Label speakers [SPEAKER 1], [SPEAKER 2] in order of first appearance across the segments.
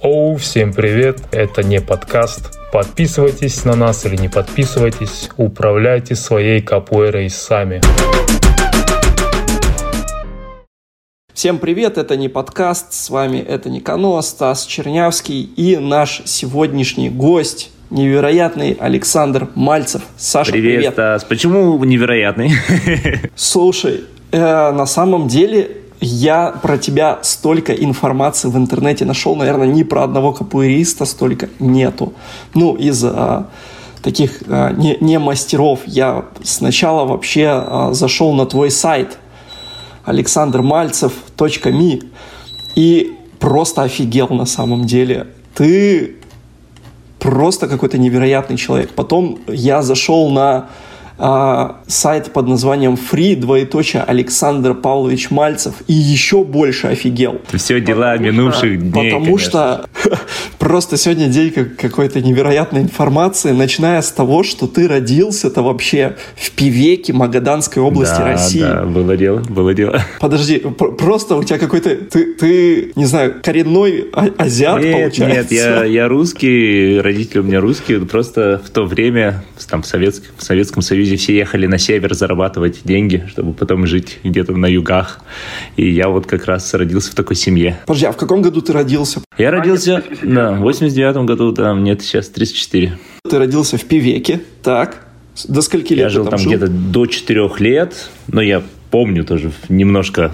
[SPEAKER 1] Оу, всем привет, это не подкаст. Подписывайтесь на нас или не подписывайтесь, управляйте своей капуэйрой сами.
[SPEAKER 2] Всем привет, это не подкаст, с вами это Никано, Стас Чернявский и наш сегодняшний гость, невероятный Александр Мальцев. Саша, привет.
[SPEAKER 3] Стас. Почему невероятный?
[SPEAKER 2] Слушай, на самом деле я про тебя столько информации в интернете нашел, наверное, ни про одного капуэриста столько нету. Ну, из таких не мастеров. Я сначала вообще зашел на твой сайт alexandermaltsev.me и просто офигел на самом деле. Ты просто какой-то невероятный человек. Потом я зашел на сайт под названием free, Александр Павлович Мальцев, и еще больше офигел.
[SPEAKER 3] Все дела минувших дней,
[SPEAKER 2] Потому что просто сегодня день какой-то невероятной информации, начиная с того, что ты родился-то вообще в Певеке Магаданской области России.
[SPEAKER 3] Да, было дело.
[SPEAKER 2] Подожди, просто у тебя какой-то, ты не знаю, коренной азиат, получается?
[SPEAKER 3] Нет, я русский, родители у меня русские, просто в то время там в Советском Союзе все ехали на север зарабатывать деньги, чтобы потом жить где-то на югах. И я вот как раз родился в такой семье.
[SPEAKER 2] Подожди, а в каком году ты родился?
[SPEAKER 3] Я родился в 89-м году, да, мне сейчас 34.
[SPEAKER 2] Ты родился в Певеке, так. До скольки лет
[SPEAKER 3] я жил
[SPEAKER 2] ты там
[SPEAKER 3] жил? Где-то до 4 лет, но я помню тоже немножко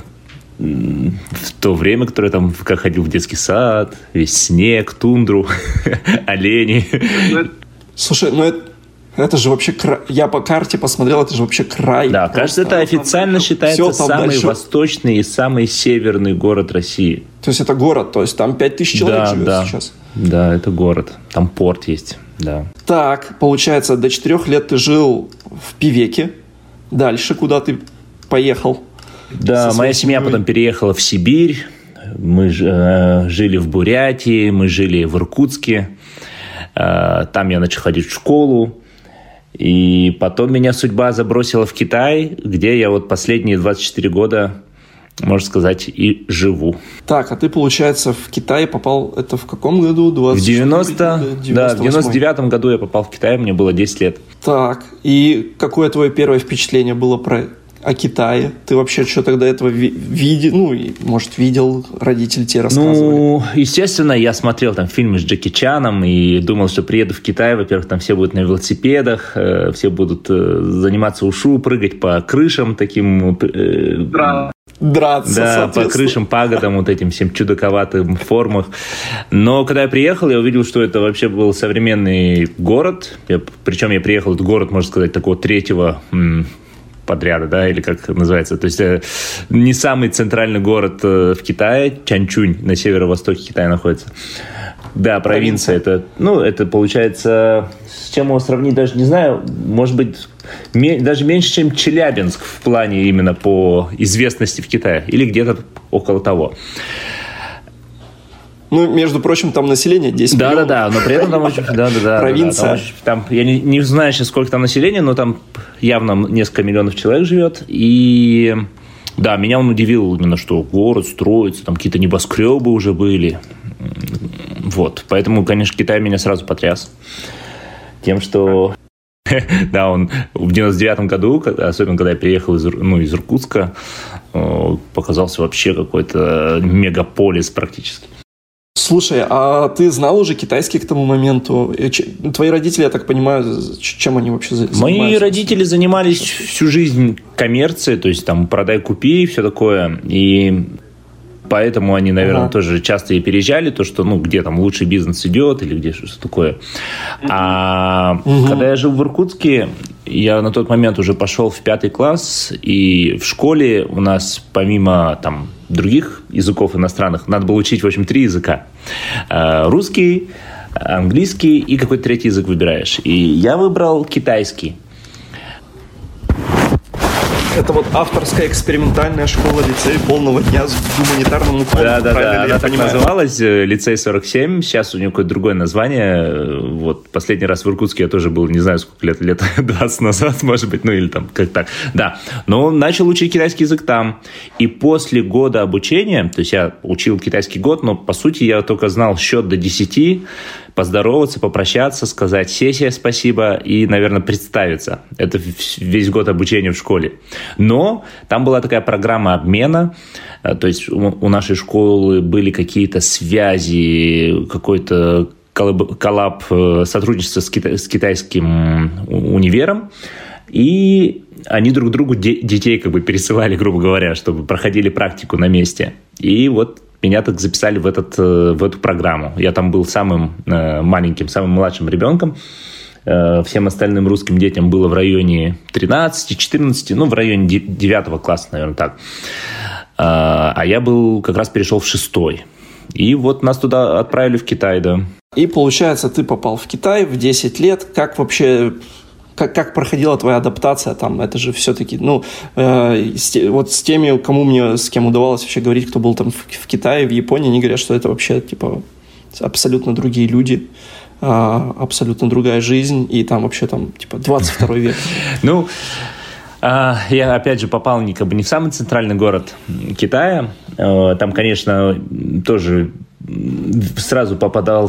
[SPEAKER 3] в то время, которое там ходил в детский сад, весь снег, тундру, олени.
[SPEAKER 2] Слушай, это же вообще я по карте посмотрел, это же вообще край.
[SPEAKER 3] Да, кажется, это официально считается самый восточный и самый северный город России.
[SPEAKER 2] То есть это город, то есть там 5000 человек живет сейчас.
[SPEAKER 3] Да, это город. Там порт есть, да.
[SPEAKER 2] Так, получается, до 4 лет ты жил в Певеке. Дальше куда ты поехал?
[SPEAKER 3] Да, моя семья потом переехала в Сибирь. Мы жили в Бурятии, мы жили в Иркутске. Там я начал ходить в школу. И потом меня судьба забросила в Китай, где я вот последние 24 года, можно сказать, и живу.
[SPEAKER 2] Так, а ты, получается, в Китай попал, это в каком году?
[SPEAKER 3] В 99-м году я попал в Китай, мне было 10 лет.
[SPEAKER 2] Так, и какое твое первое впечатление было о Китае? Ты вообще что тогда этого видел? Может, видел, родители тебе рассказывали?
[SPEAKER 3] Естественно, я смотрел там фильмы с Джеки Чаном и думал, что приеду в Китай, во-первых, там все будут на велосипедах, все будут заниматься ушу, прыгать по крышам таким...
[SPEAKER 2] Драться,
[SPEAKER 3] да, по крышам, пагодам, вот этим всем чудаковатым формах. Но когда я приехал, я увидел, что это вообще был современный город. Причем я приехал в этот город, можно сказать, такого третьего... подряда, да, или как называется. То есть не самый центральный город в Китае, Чанчунь, на северо-востоке Китая находится. Да, провинция. Это получается, с чем его сравнить, даже не знаю, может быть, даже меньше, чем Челябинск в плане именно по известности в Китае. Или где-то около того.
[SPEAKER 2] Между прочим, там население 10 миллионов.
[SPEAKER 3] Да, но при этом там очень...
[SPEAKER 2] Провинция.
[SPEAKER 3] Там, я не знаю сейчас, сколько там населения, но там явно несколько миллионов человек живет. И да, меня он удивил именно, что город строится, там какие-то небоскребы уже были. Вот. Поэтому, конечно, Китай меня сразу потряс. Тем, что... Да, он в 99-м году, особенно когда я приехал из Иркутска, показался вообще какой-то мегаполис практически.
[SPEAKER 2] Слушай, а ты знал уже китайский к тому моменту? Твои родители, я так понимаю, чем они вообще занимаются?
[SPEAKER 3] Мои родители занимались всю жизнь коммерцией, то есть там продай-купи и все такое. И поэтому они, наверное, тоже часто и переезжали, то, что, где там лучший бизнес идет или где что-то такое. А когда я жил в Иркутске, я на тот момент уже пошел в 5 класс, и в школе у нас помимо там других языков иностранных надо было учить, в общем, 3 языка. Русский, английский и какой-то третий язык выбираешь. И я выбрал китайский.
[SPEAKER 2] Это вот авторская экспериментальная школа лицей полного дня с гуманитарным уклоном.
[SPEAKER 3] Да. Она так называлась, лицей 47. Сейчас у нее какое-то другое название. Вот последний раз в Иркутске я тоже был, не знаю, сколько лет 20 назад, может быть, ну или там как так. Да, но начал учить китайский язык там. И после года обучения, то есть я учил китайский год, но по сути я только знал счет до 10, поздороваться, попрощаться, сказать сессия спасибо и, наверное, представиться. Это весь год обучения в школе. Но там была такая программа обмена, то есть у нашей школы были какие-то связи, какой-то коллаб, сотрудничество с китайским универом, и они друг другу детей как бы пересылали, грубо говоря, чтобы проходили практику на месте. И вот меня так записали в эту программу. Я там был самым маленьким, самым младшим ребенком. Всем остальным русским детям было в районе 13-14, ну, в районе 9 класса, наверное, так. А я как раз перешел в 6-й. И вот нас туда отправили в Китай, да.
[SPEAKER 2] И, получается, ты попал в Китай в 10 лет. Как вообще... Как проходила твоя адаптация там? Это же все-таки, вот с теми, с кем удавалось вообще говорить, кто был там в Китае, в Японии, они говорят, что это вообще, типа, абсолютно другие люди, абсолютно другая жизнь, и там вообще, типа, 22 век.
[SPEAKER 3] Ну, я, опять же, попал не в самый центральный город Китая. Там, конечно, тоже... сразу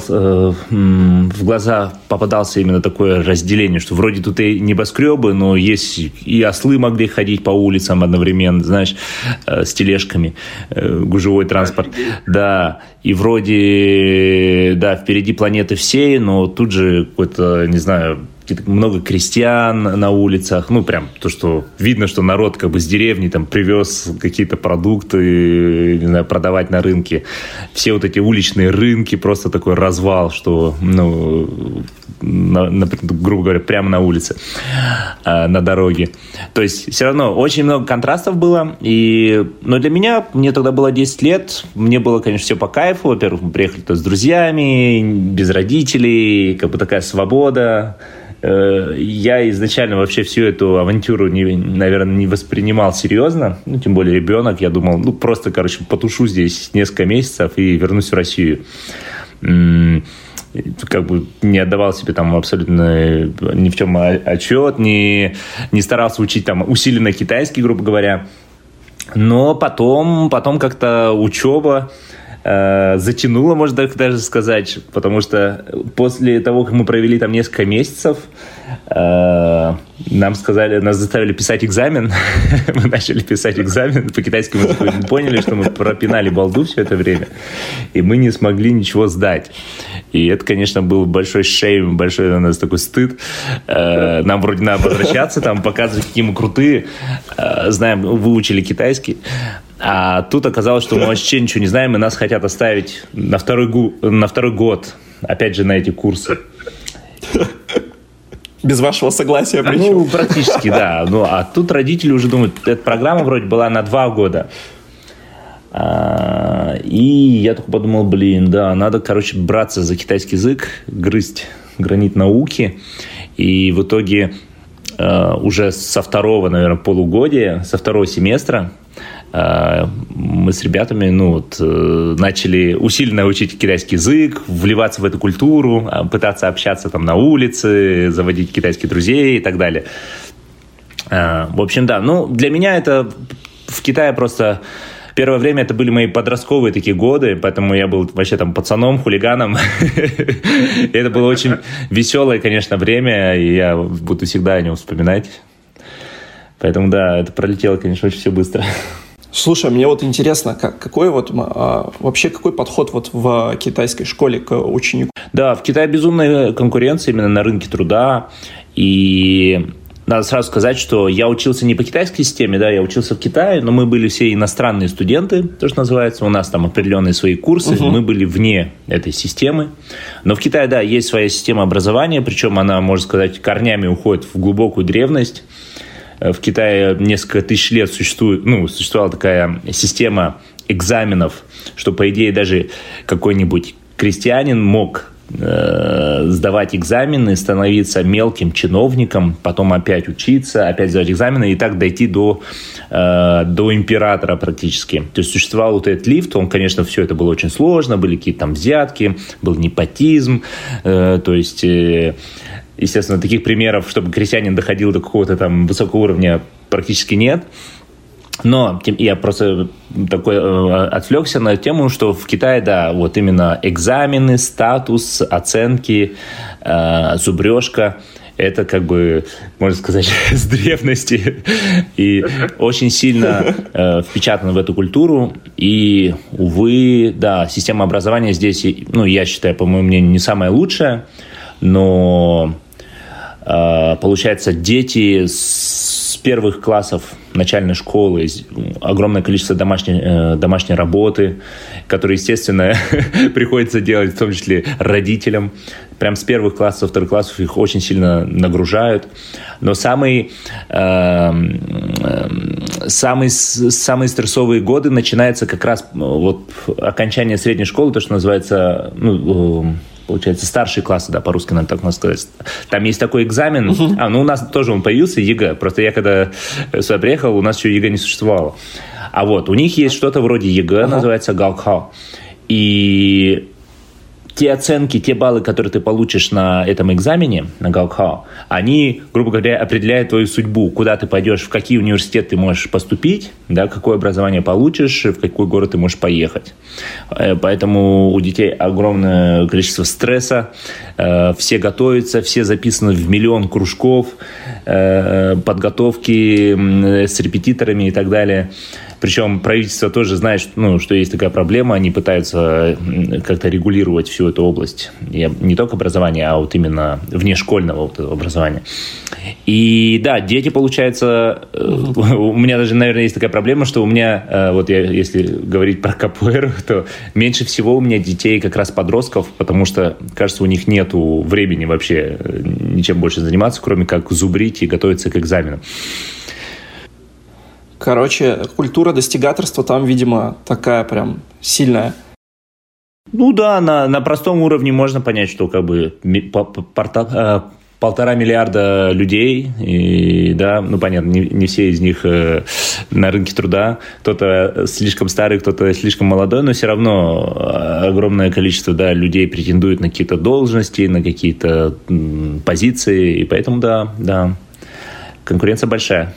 [SPEAKER 3] в глаза попадался именно такое разделение, что вроде тут и небоскребы, но есть и ослы могли ходить по улицам одновременно, знаешь, с тележками, гужевой транспорт. Да, и вроде, да, впереди планеты всей, но тут же какой-то, не знаю, много крестьян на улицах, ну, прям то, что видно, что народ как бы с деревни там привез какие-то продукты, не знаю, продавать на рынке. Все вот эти уличные рынки, просто такой развал, что, грубо говоря, прямо на улице, на дороге. То есть все равно очень много контрастов было, но для меня, мне тогда было 10 лет, мне было, конечно, все по кайфу. Во-первых, мы приехали с друзьями, без родителей, как бы такая свобода. Я изначально вообще всю эту авантюру, наверное, не воспринимал серьезно. Ну, тем более ребенок. Я думал, просто, потушу здесь несколько месяцев и вернусь в Россию. Как бы не отдавал себе там абсолютно ни в чем отчет, не старался учить там усиленно китайский, грубо говоря. Но потом как-то учеба затянуло, можно даже сказать, потому что после того, как мы провели там несколько месяцев, нас заставили писать экзамен. Мы начали писать экзамен по китайскому языку, и мы поняли, что мы пропинали балду все это время, и мы не смогли ничего сдать. И это, конечно, был большой шейм, большой у нас такой стыд. Нам вроде надо возвращаться, там, показывать, какие мы крутые, знаем, выучили китайский. А тут оказалось, что мы вообще ничего не знаем, и нас хотят оставить на второй год, опять же, на эти курсы.
[SPEAKER 2] Без вашего согласия, причем.
[SPEAKER 3] Ну, практически, да. А тут родители уже думают, эта программа вроде была на 2 года. И я только подумал, надо, браться за китайский язык, грызть гранит науки. И в итоге уже со второго, наверное, полугодия, со второго семестра мы с ребятами начали усиленно учить китайский язык, вливаться в эту культуру, пытаться общаться там на улице, заводить китайских друзей и так далее. В общем, да. Для меня это в Китае просто... Первое время это были мои подростковые такие годы, поэтому я был вообще там пацаном, хулиганом. Это было очень веселое, конечно, время, и я буду всегда о нем вспоминать. Поэтому, да, это пролетело, конечно, очень все быстро.
[SPEAKER 2] Слушай, мне интересно, какой подход в китайской школе к ученику?
[SPEAKER 3] Да, в Китае безумная конкуренция именно на рынке труда, и... Надо сразу сказать, что я учился не по китайской системе, да, я учился в Китае, но мы были все иностранные студенты, то, что называется, у нас там определенные свои курсы, мы были вне этой системы. Но в Китае, да, есть своя система образования, причем она, можно сказать, корнями уходит в глубокую древность. В Китае несколько тысяч лет существовала такая система экзаменов, что, по идее, даже какой-нибудь крестьянин мог сдавать экзамены, становиться мелким чиновником, потом опять учиться, опять сдавать экзамены и так дойти до императора практически. То есть существовал вот этот лифт, он, конечно, все это было очень сложно, были какие-то там взятки, был непотизм, то есть... Естественно, таких примеров, чтобы крестьянин доходил до какого-то там высокого уровня, практически нет. Но я просто отвлекся на тему, что в Китае, да, вот именно экзамены, статус, оценки, зубрежка, это как бы, можно сказать, с древности и очень сильно впечатано в эту культуру. И, увы, да, система образования здесь, ну, я считаю, по моему мнению, не самая лучшая, но... Получается, дети с первых классов начальной школы, огромное количество домашней работы, которые, естественно, приходится делать, в том числе родителям. Прям с первых классов, со вторых классов их очень сильно нагружают. Но самые стрессовые годы начинаются как раз вот окончание средней школы, то, что называется... получается, старшие классы, да, по-русски, наверное, так можно сказать. Там есть такой экзамен. У нас тоже он появился, ЕГЭ. Просто я, когда сюда приехал, у нас еще ЕГЭ не существовало. А вот, у них есть что-то вроде ЕГЭ, называется Гаокхао. И те оценки, те баллы, которые ты получишь на этом экзамене, на Гаокхао, они, грубо говоря, определяют твою судьбу, куда ты пойдешь, в какие университеты ты можешь поступить, да, какое образование получишь, в какой город ты можешь поехать. Поэтому у детей огромное количество стресса, все готовятся, все записаны в миллион кружков, подготовки с репетиторами и так далее. Причем правительство тоже знает, что есть такая проблема, они пытаются как-то регулировать всю эту область. Не только образования, а вот именно внешкольного вот образования. И да, дети, получается, у меня даже, наверное, есть такая проблема, что у меня, вот если говорить про КПР, то меньше всего у меня детей как раз подростков, потому что, кажется, у них нету времени вообще ничем больше заниматься, кроме как зубрить и готовиться к экзаменам.
[SPEAKER 2] Короче, культура достигаторства там, видимо, такая прям сильная.
[SPEAKER 3] Ну да, на простом уровне можно понять, что как бы 1,5 миллиарда людей, и да, понятно, не все из них на рынке труда, кто-то слишком старый, кто-то слишком молодой, но все равно огромное количество, да, людей претендует на какие-то должности, на какие-то позиции, и поэтому, да, конкуренция большая.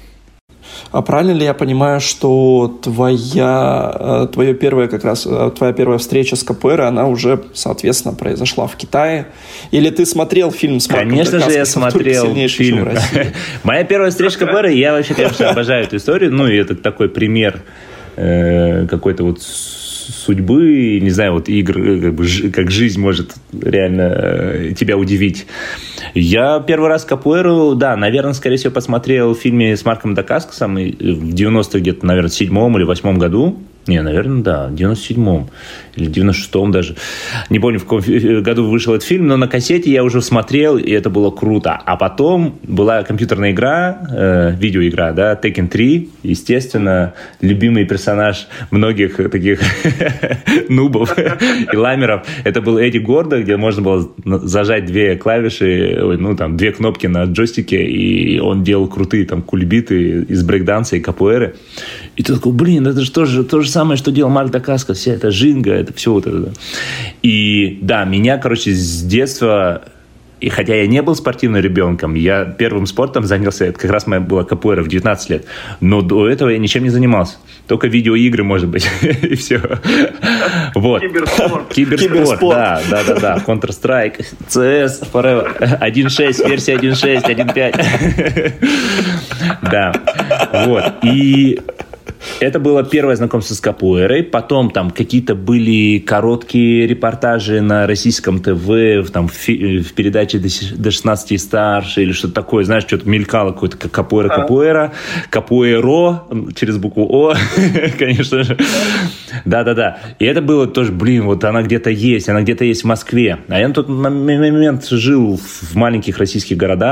[SPEAKER 2] А правильно ли я понимаю, что твоя первая встреча с КПР, она уже, соответственно, произошла в Китае? Или ты смотрел фильм с Марком Дакаскосом?
[SPEAKER 3] Конечно же, я смотрел фильм. Моя первая встреча с КПР, я вообще, конечно, обожаю эту историю. И это такой пример какой-то вот судьбы, не знаю, вот игр, как жизнь может реально тебя удивить. Я первый раз капуэру, да, наверное, скорее всего, посмотрел в фильме с Марком Дакаскосом в 90-х, где-то, наверное, 7-м или 8-м году. Не, наверное, да, в 97-м или 96-м даже. Не помню, в каком году вышел этот фильм, но на кассете я уже смотрел, и это было круто. А потом была компьютерная игра, видеоигра, да, Tekken 3. Естественно, любимый персонаж многих таких нубов и ламеров. Это был Эдди Гордо, где можно было зажать две клавиши, две кнопки на джойстике, и он делал крутые там кульбиты из брейкданса и капуэры. И ты такой, это же тоже то же самое, что делал Марк Дакаскос, вся эта жинга, это все вот это. И да, меня, с детства, и хотя я не был спортивным ребенком, я первым спортом занялся, это как раз моя была капуэра в 19 лет, но до этого я ничем не занимался. Только видеоигры, может быть, и все. Вот. Киберспорт, да. Counter-Strike, CS, Forever, 1.6, версия 1.6, 1.5. Да, вот. И это было первое знакомство с капуэрой. Потом там какие-то были короткие репортажи на российском ТВ, в передаче до 16 и старше, или что-то такое. Знаешь, что-то мелькало, какое-то как капуэра, капуэро, через букву О, конечно же. Да. И это было тоже, она где-то есть в Москве. А я на тот момент жил в маленьких российских городах.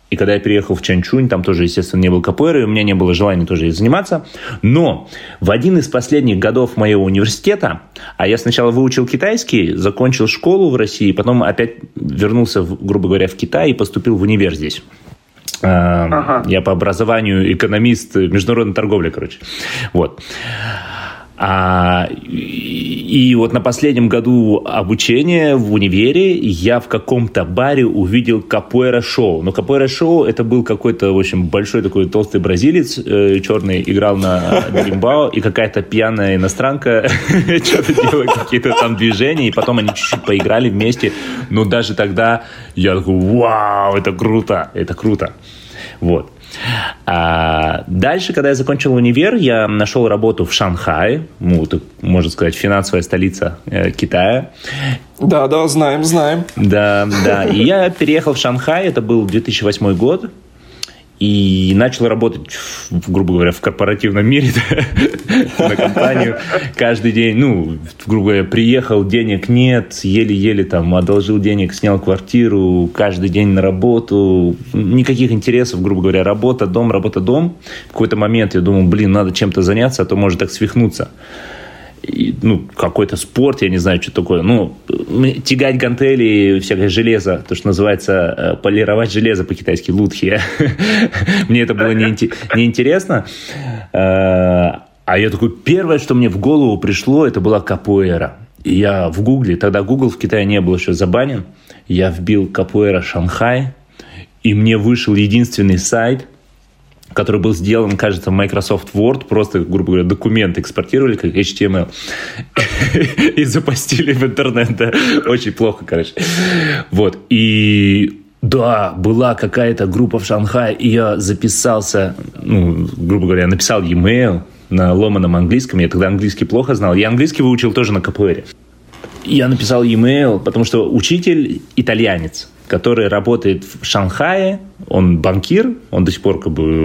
[SPEAKER 3] И когда я переехал в Чанчунь, там тоже, естественно, не было капуэры, и у меня не было желания тоже ей заниматься. Но в один из последних годов моего университета, а я сначала выучил китайский, закончил школу в России, потом опять вернулся, грубо говоря, в Китай и поступил в универ здесь. Я по образованию экономист международной торговли, короче. Вот. И вот на последнем году обучения в универе я в каком-то баре увидел капуэра-шоу. Но капуэра-шоу это был какой-то, в общем, большой такой толстый бразилец, черный, играл на беримбао, и какая-то пьяная иностранка что-то делала, какие-то там движения, и потом они чуть-чуть поиграли вместе. Но даже тогда я такой, вау, это круто, это круто. Вот. А дальше, когда я закончил универ, я нашел работу в Шанхае, ну, это, можно сказать, финансовая столица Китая.
[SPEAKER 2] Да, знаем.
[SPEAKER 3] Да, и я переехал в Шанхай, это был 2008 год, и начал работать, грубо говоря, в корпоративном мире на компанию каждый день. Ну, грубо говоря, приехал, денег нет, еле-еле там одолжил денег, снял квартиру, каждый день на работу. Никаких интересов, грубо говоря, работа, дом. В какой-то момент я думал, надо чем-то заняться, а то может так свихнуться. И, какой-то спорт, я не знаю, что такое. Тягать гантели, всякое железо, то, что называется полировать железо по-китайски, лутхи. Мне это было неинтересно. А я такой, первое, что мне в голову пришло, это была капуэра. И я в Гугле, тогда Google в Китае не был еще забанен, я вбил капуэра Шанхай, и мне вышел единственный сайт, который был сделан, кажется, в Microsoft Word, просто, грубо говоря, документы экспортировали как HTML и запостили в интернет, да, очень плохо, короче. Вот, и да, была какая-то группа в Шанхае, и я записался, грубо говоря, написал e-mail на ломаном английском, я тогда английский плохо знал, я английский выучил тоже на капуэре. Я написал e-mail, потому что учитель итальянец, который работает в Шанхае, он банкир, он до сих пор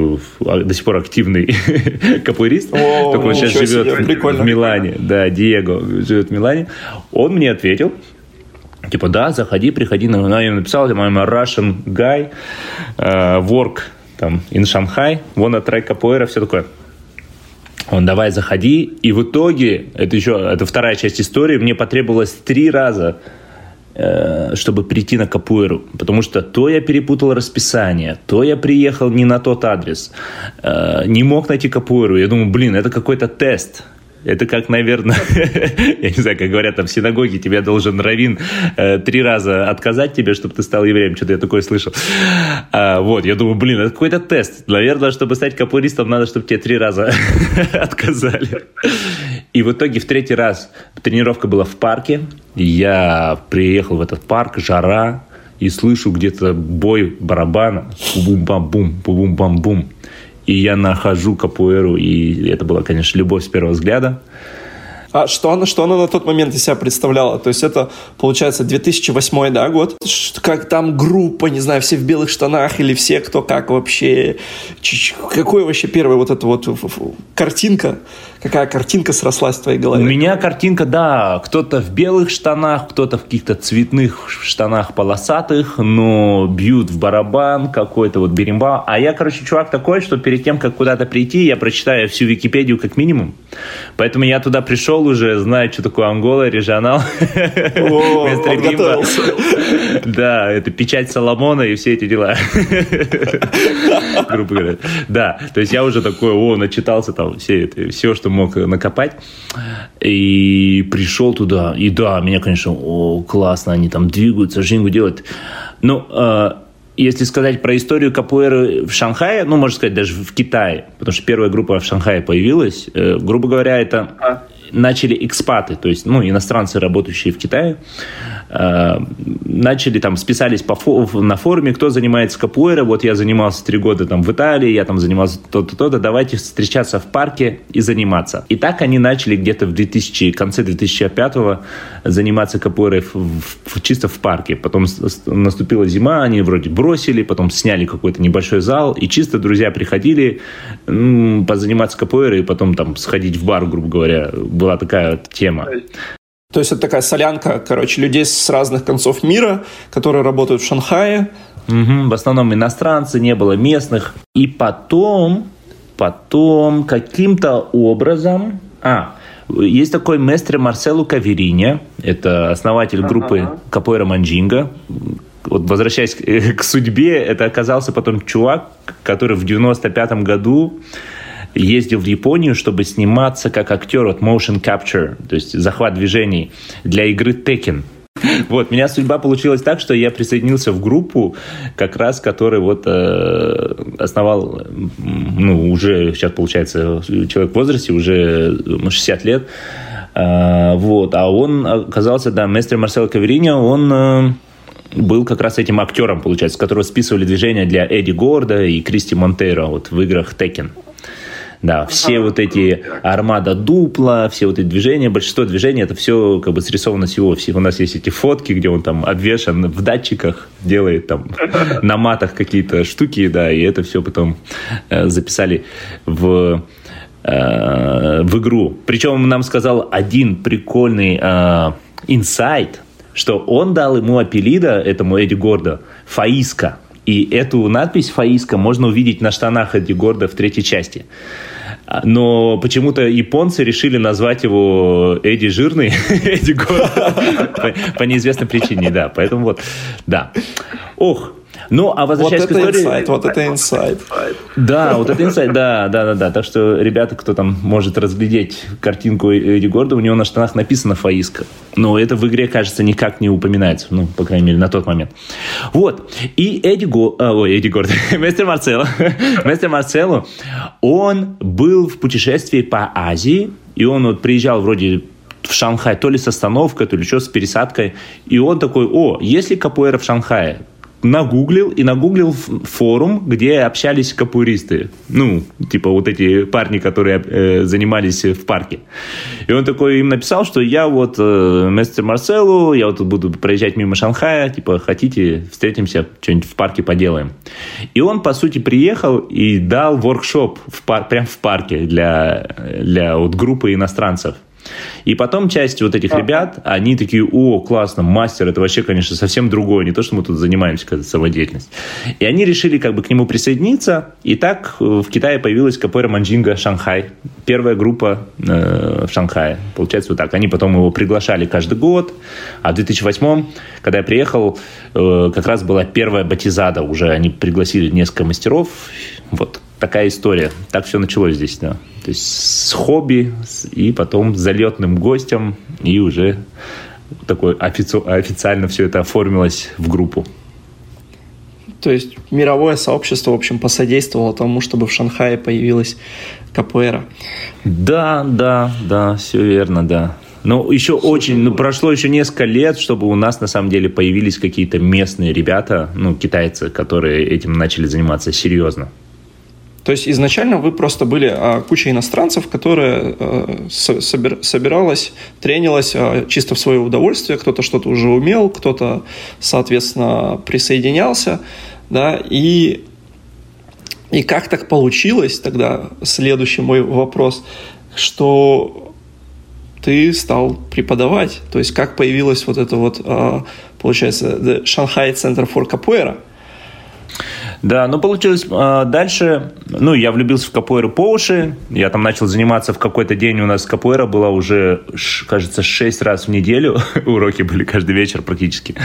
[SPEAKER 3] активный капуэрист, только он сейчас живет в Милане, да, Диего живет в Милане. Он мне ответил, типа, да, заходи, приходи, я ему написал, I'm a Russian guy, work там in Shanghai, wanna try капуэра, все такое. Он, давай, заходи, и в итоге, это вторая часть истории, мне потребовалось 3 раза, чтобы прийти на капуэру, потому что то я перепутал расписание, то я приехал не на тот адрес, не мог найти капуэру. Я думаю, это какой-то тест. Это как, наверное, я не знаю, как говорят там в синагоге, тебе должен раввин 3 раза отказать тебе, чтобы ты стал евреем. Что-то я такое слышал. Вот, я думаю, это какой-то тест. Наверное, чтобы стать капуэристом, надо, чтобы тебе 3 раза отказали. И в итоге в 3-й раз тренировка была в парке. Я приехал в этот парк, жара, и слышу где-то бой барабана. Бум-бам-бум, бум-бам-бум. И я нахожу капуэру, и это была, конечно, любовь с первого взгляда.
[SPEAKER 2] А что она на тот момент из себя представляла? То есть это, получается, 2008, да, год? Как там группа, не знаю, все в белых штанах или все кто как вообще? Какой вообще первая вот эта вот картинка? Какая картинка срослась в твоей голове?
[SPEAKER 3] У меня картинка, да, кто-то в белых штанах, кто-то в каких-то цветных штанах полосатых, но бьют в барабан какой-то вот беримба. А я, чувак такой, что перед тем, как куда-то прийти, я прочитаю всю Википедию как минимум. Поэтому я туда пришел уже, знаю, что такое Ангола, регионал.
[SPEAKER 2] Подготовился.
[SPEAKER 3] Да, это печать Соломона и все эти дела. Грубо говоря. Да, то есть я уже такой, начитался там все, что мог накопать. И пришел туда. И да, меня, конечно, классно, они там двигаются, жингу делают. Если сказать про историю капуэры в Шанхае, можно сказать, даже в Китае, потому что первая группа в Шанхае появилась, грубо говоря, это начали экспаты, то есть иностранцы, работающие в Китае, начали там, списались на форуме, кто занимается капуэро, вот я занимался 3 года там в Италии, я там занимался то-то, давайте встречаться в парке и заниматься. И так они начали где-то в конце 2005-го заниматься капуэро чисто в парке. Потом наступила зима, они вроде бросили, потом сняли какой-то небольшой зал, и чисто друзья приходили позаниматься капуэро и потом там сходить в бар, грубо говоря. Была такая тема.
[SPEAKER 2] То есть это такая солянка, людей с разных концов мира, которые работают в Шанхае,
[SPEAKER 3] В основном иностранцы, не было местных. И потом каким-то образом... Есть такой месье Марсело Каверинья, это основатель группы Капоэйра Манджинга. Вот возвращаясь к судьбе, это оказался потом чувак, который в 95-м году ездил в Японию, чтобы сниматься как актер от motion capture, то есть захват движений для игры Tekken. Вот, у меня судьба получилась так, что я присоединился в группу, как раз, который вот основал, уже сейчас, получается, человек в возрасте, уже 60 лет, вот, а он оказался, месье Марсело Каверинья, он был как раз этим актером, получается, с которого списывали движения для Эдди Горда и Кристи Монтейро вот в играх Tekken. Да, все вот эти армада дупла, все вот эти движения, большинство движений, это все как бы срисовано с его. У нас есть эти фотки, где он там обвешан в датчиках, делает там на матах какие-то штуки, да, и это все потом записали в игру. Причем он нам сказал один прикольный инсайт, что он дал ему апеллида, этому Эдди Гордо, Фаиска. И эту надпись «Фаиска» можно увидеть на штанах Эдди Гордо в 3-й части. Но почему-то японцы решили назвать его Эдди Жирный, Эдди Гордо, по неизвестной причине, да. Поэтому вот, да. А возвращаясь к истории...
[SPEAKER 2] Вот это инсайт.
[SPEAKER 3] Да, вот это инсайт, да. Так что, ребята, кто там может разглядеть картинку Эдди Гордо, у него на штанах написано «Фаиска». Но это в игре, кажется, никак не упоминается. По крайней мере, на тот момент. Вот. И Эдди Гордо, месье Марсело, он был в путешествии по Азии, и он вот приезжал вроде в Шанхай, то ли с остановкой, то ли что, с пересадкой. И он такой, есть ли капоэйра в Шанхае? Нагуглил форум, где общались капуэристы. Вот эти парни, которые занимались в парке. И он такой им написал, что я вот месье Марсело, я вот буду проезжать мимо Шанхая, хотите, встретимся, что-нибудь в парке поделаем. И он, по сути, приехал и дал воркшоп прямо в парке для вот группы иностранцев. И потом часть вот этих ребят, они такие, классно, мастер, это вообще, конечно, совсем другое, не то, что мы тут занимаемся, какая-то самодеятельность. И они решили как бы к нему присоединиться, и так в Китае появилась Капоэйра Манджинга Шанхай, первая группа в Шанхае, получается вот так. Они потом его приглашали каждый год, а в 2008, когда я приехал, как раз была первая батизада, уже они пригласили несколько мастеров, вот. Такая история. Так все началось здесь, да. То есть с хобби, и потом с залетным гостем, и уже такое официально все это оформилось в группу.
[SPEAKER 2] То есть мировое сообщество, в общем, посодействовало тому, чтобы в Шанхае появилась капоэйра.
[SPEAKER 3] Да, все верно, да. Но еще прошло еще несколько лет, чтобы у нас на самом деле появились какие-то местные ребята, китайцы, которые этим начали заниматься серьезно.
[SPEAKER 2] То есть изначально вы просто были куча иностранцев, которые собиралась, тренилась чисто в свое удовольствие. Кто-то что-то уже умел, кто-то, соответственно, присоединялся. Да, и как так получилось, тогда следующий мой вопрос, что ты стал преподавать? То есть как появилась вот это вот, получается, The Shanghai Center for Capoeira?
[SPEAKER 3] Да, получилось дальше, я влюбился в капоэйру по уши, я там начал заниматься в какой-то день, у нас капоэйра была уже, кажется, 6 раз в неделю, уроки были каждый вечер практически,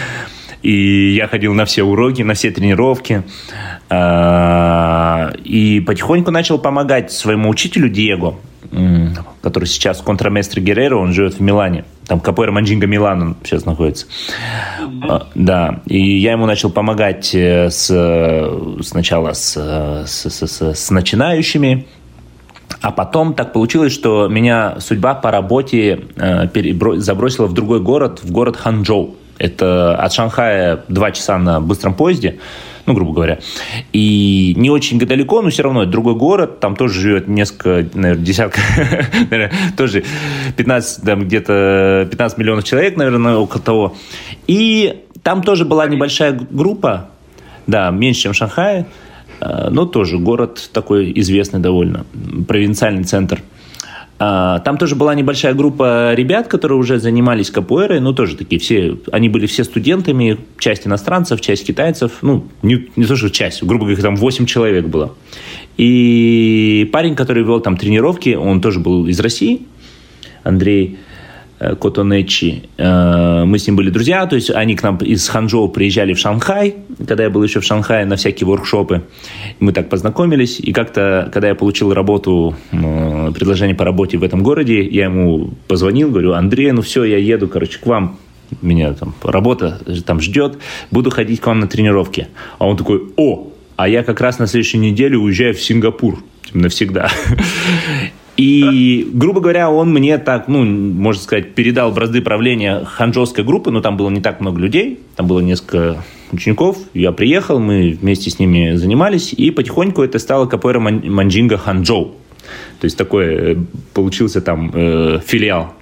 [SPEAKER 3] и я ходил на все уроки, на все тренировки, и потихоньку начал помогать своему учителю Диего, который сейчас контраместре Герреро, он живет в Милане. Там Капоэйра Манджинга Милан он сейчас находится. Да, и я ему начал помогать сначала с начинающими, а потом так получилось, что меня судьба по работе забросила в другой город, в город Ханчжоу. Это от Шанхая 2 часа на быстром поезде, грубо говоря. И не очень далеко, но все равно это другой город. Там тоже живет несколько, наверное, десятков, наверное, тоже 15 миллионов человек, наверное, около того. И там тоже была небольшая группа, да, меньше, чем в Шанхае, но тоже город такой известный довольно, провинциальный центр. Там тоже была небольшая группа ребят, которые уже занимались капуэрой, ну, тоже такие все, они были все студентами, часть иностранцев, часть китайцев, ну, не то, что часть, грубо говоря, там 8 человек было. И парень, который вел там тренировки, он тоже был из России, Андрей Котонечи. Мы с ним были друзья, то есть они к нам из Ханчжоу приезжали в Шанхай, когда я был еще в Шанхае, на всякие воркшопы. Мы так познакомились, и как-то, когда я получил работу, предложение по работе в этом городе, я ему позвонил, говорю: Андрей, ну все, я еду, короче, к вам, меня там работа там ждет, буду ходить к вам на тренировки. А он такой: а я как раз на следующей неделе уезжаю в Сингапур навсегда. И, грубо говоря, он мне так, ну, можно сказать, передал бразды правления ханчжоуской группы, но там было не так много людей, там было несколько учеников. Я приехал, мы вместе с ними занимались, и потихоньку это стало капуэра Манджинга Ханчжоу. То есть такой получился там филиал.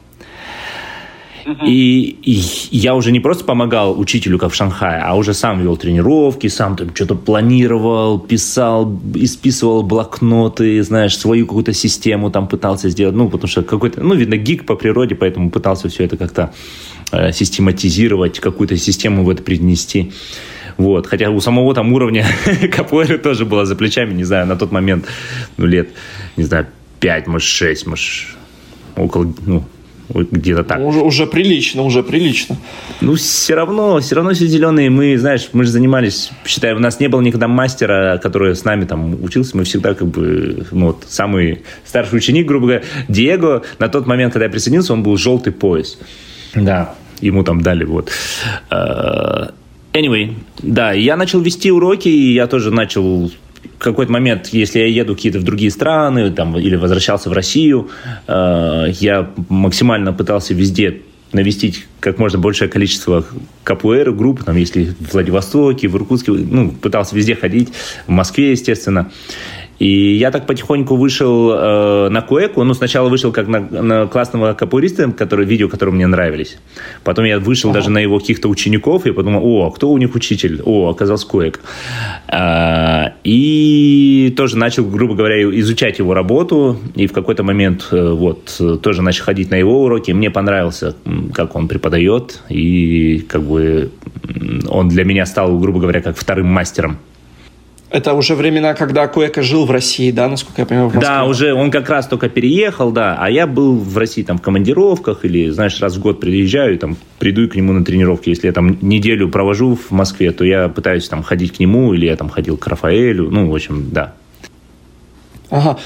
[SPEAKER 3] И я уже не просто помогал учителю, как в Шанхае, а уже сам вел тренировки, сам там что-то планировал, писал, исписывал блокноты, знаешь, свою какую-то систему там пытался сделать. Ну, потому что какой-то, ну, видно, гик по природе, поэтому пытался все это как-то систематизировать, какую-то систему в это принести. Вот. Хотя у самого там уровня капуэры тоже было за плечами, не знаю, на тот момент, ну, лет, не знаю, 5, может, 6, может, около, ну, где-то так.
[SPEAKER 2] Уже прилично.
[SPEAKER 3] Ну, все равно все зеленые. Мы, знаешь, мы же занимались, считай, у нас не было никогда мастера, который с нами там учился. Мы всегда как бы, ну, вот, самый старший ученик, грубо говоря, Диего, на тот момент, когда я присоединился, он был желтый пояс. Да, ему там дали вот. Anyway, да, я начал вести уроки, и я тоже начал... В какой-то момент, если я еду какие-то в другие страны там, или возвращался в Россию, я максимально пытался везде навестить как можно большее количество капуэры, групп, там, если в Владивостоке, в Иркутске, ну, пытался везде ходить, в Москве, естественно. И я так потихоньку вышел на Куэку. Ну, сначала вышел как на классного капуэриста, видео, которые мне нравились. Потом я вышел даже на его каких-то учеников и подумал: кто у них учитель? Оказался Куэк. И тоже начал, грубо говоря, изучать его работу. И в какой-то момент вот тоже начал ходить на его уроки. Мне понравился, как он преподает. И как бы он для меня стал, грубо говоря, как вторым мастером.
[SPEAKER 2] Это уже времена, когда Куэка жил в России, да, насколько я понимаю, в Москве?
[SPEAKER 3] Да, уже он как раз только переехал, да, а я был в России там в командировках или, знаешь, раз в год приезжаю, там, приду к нему на тренировки. Если я там неделю провожу в Москве, то я пытаюсь там ходить к нему, или я там ходил к Рафаэлю, ну, в общем, да.
[SPEAKER 2] Ага.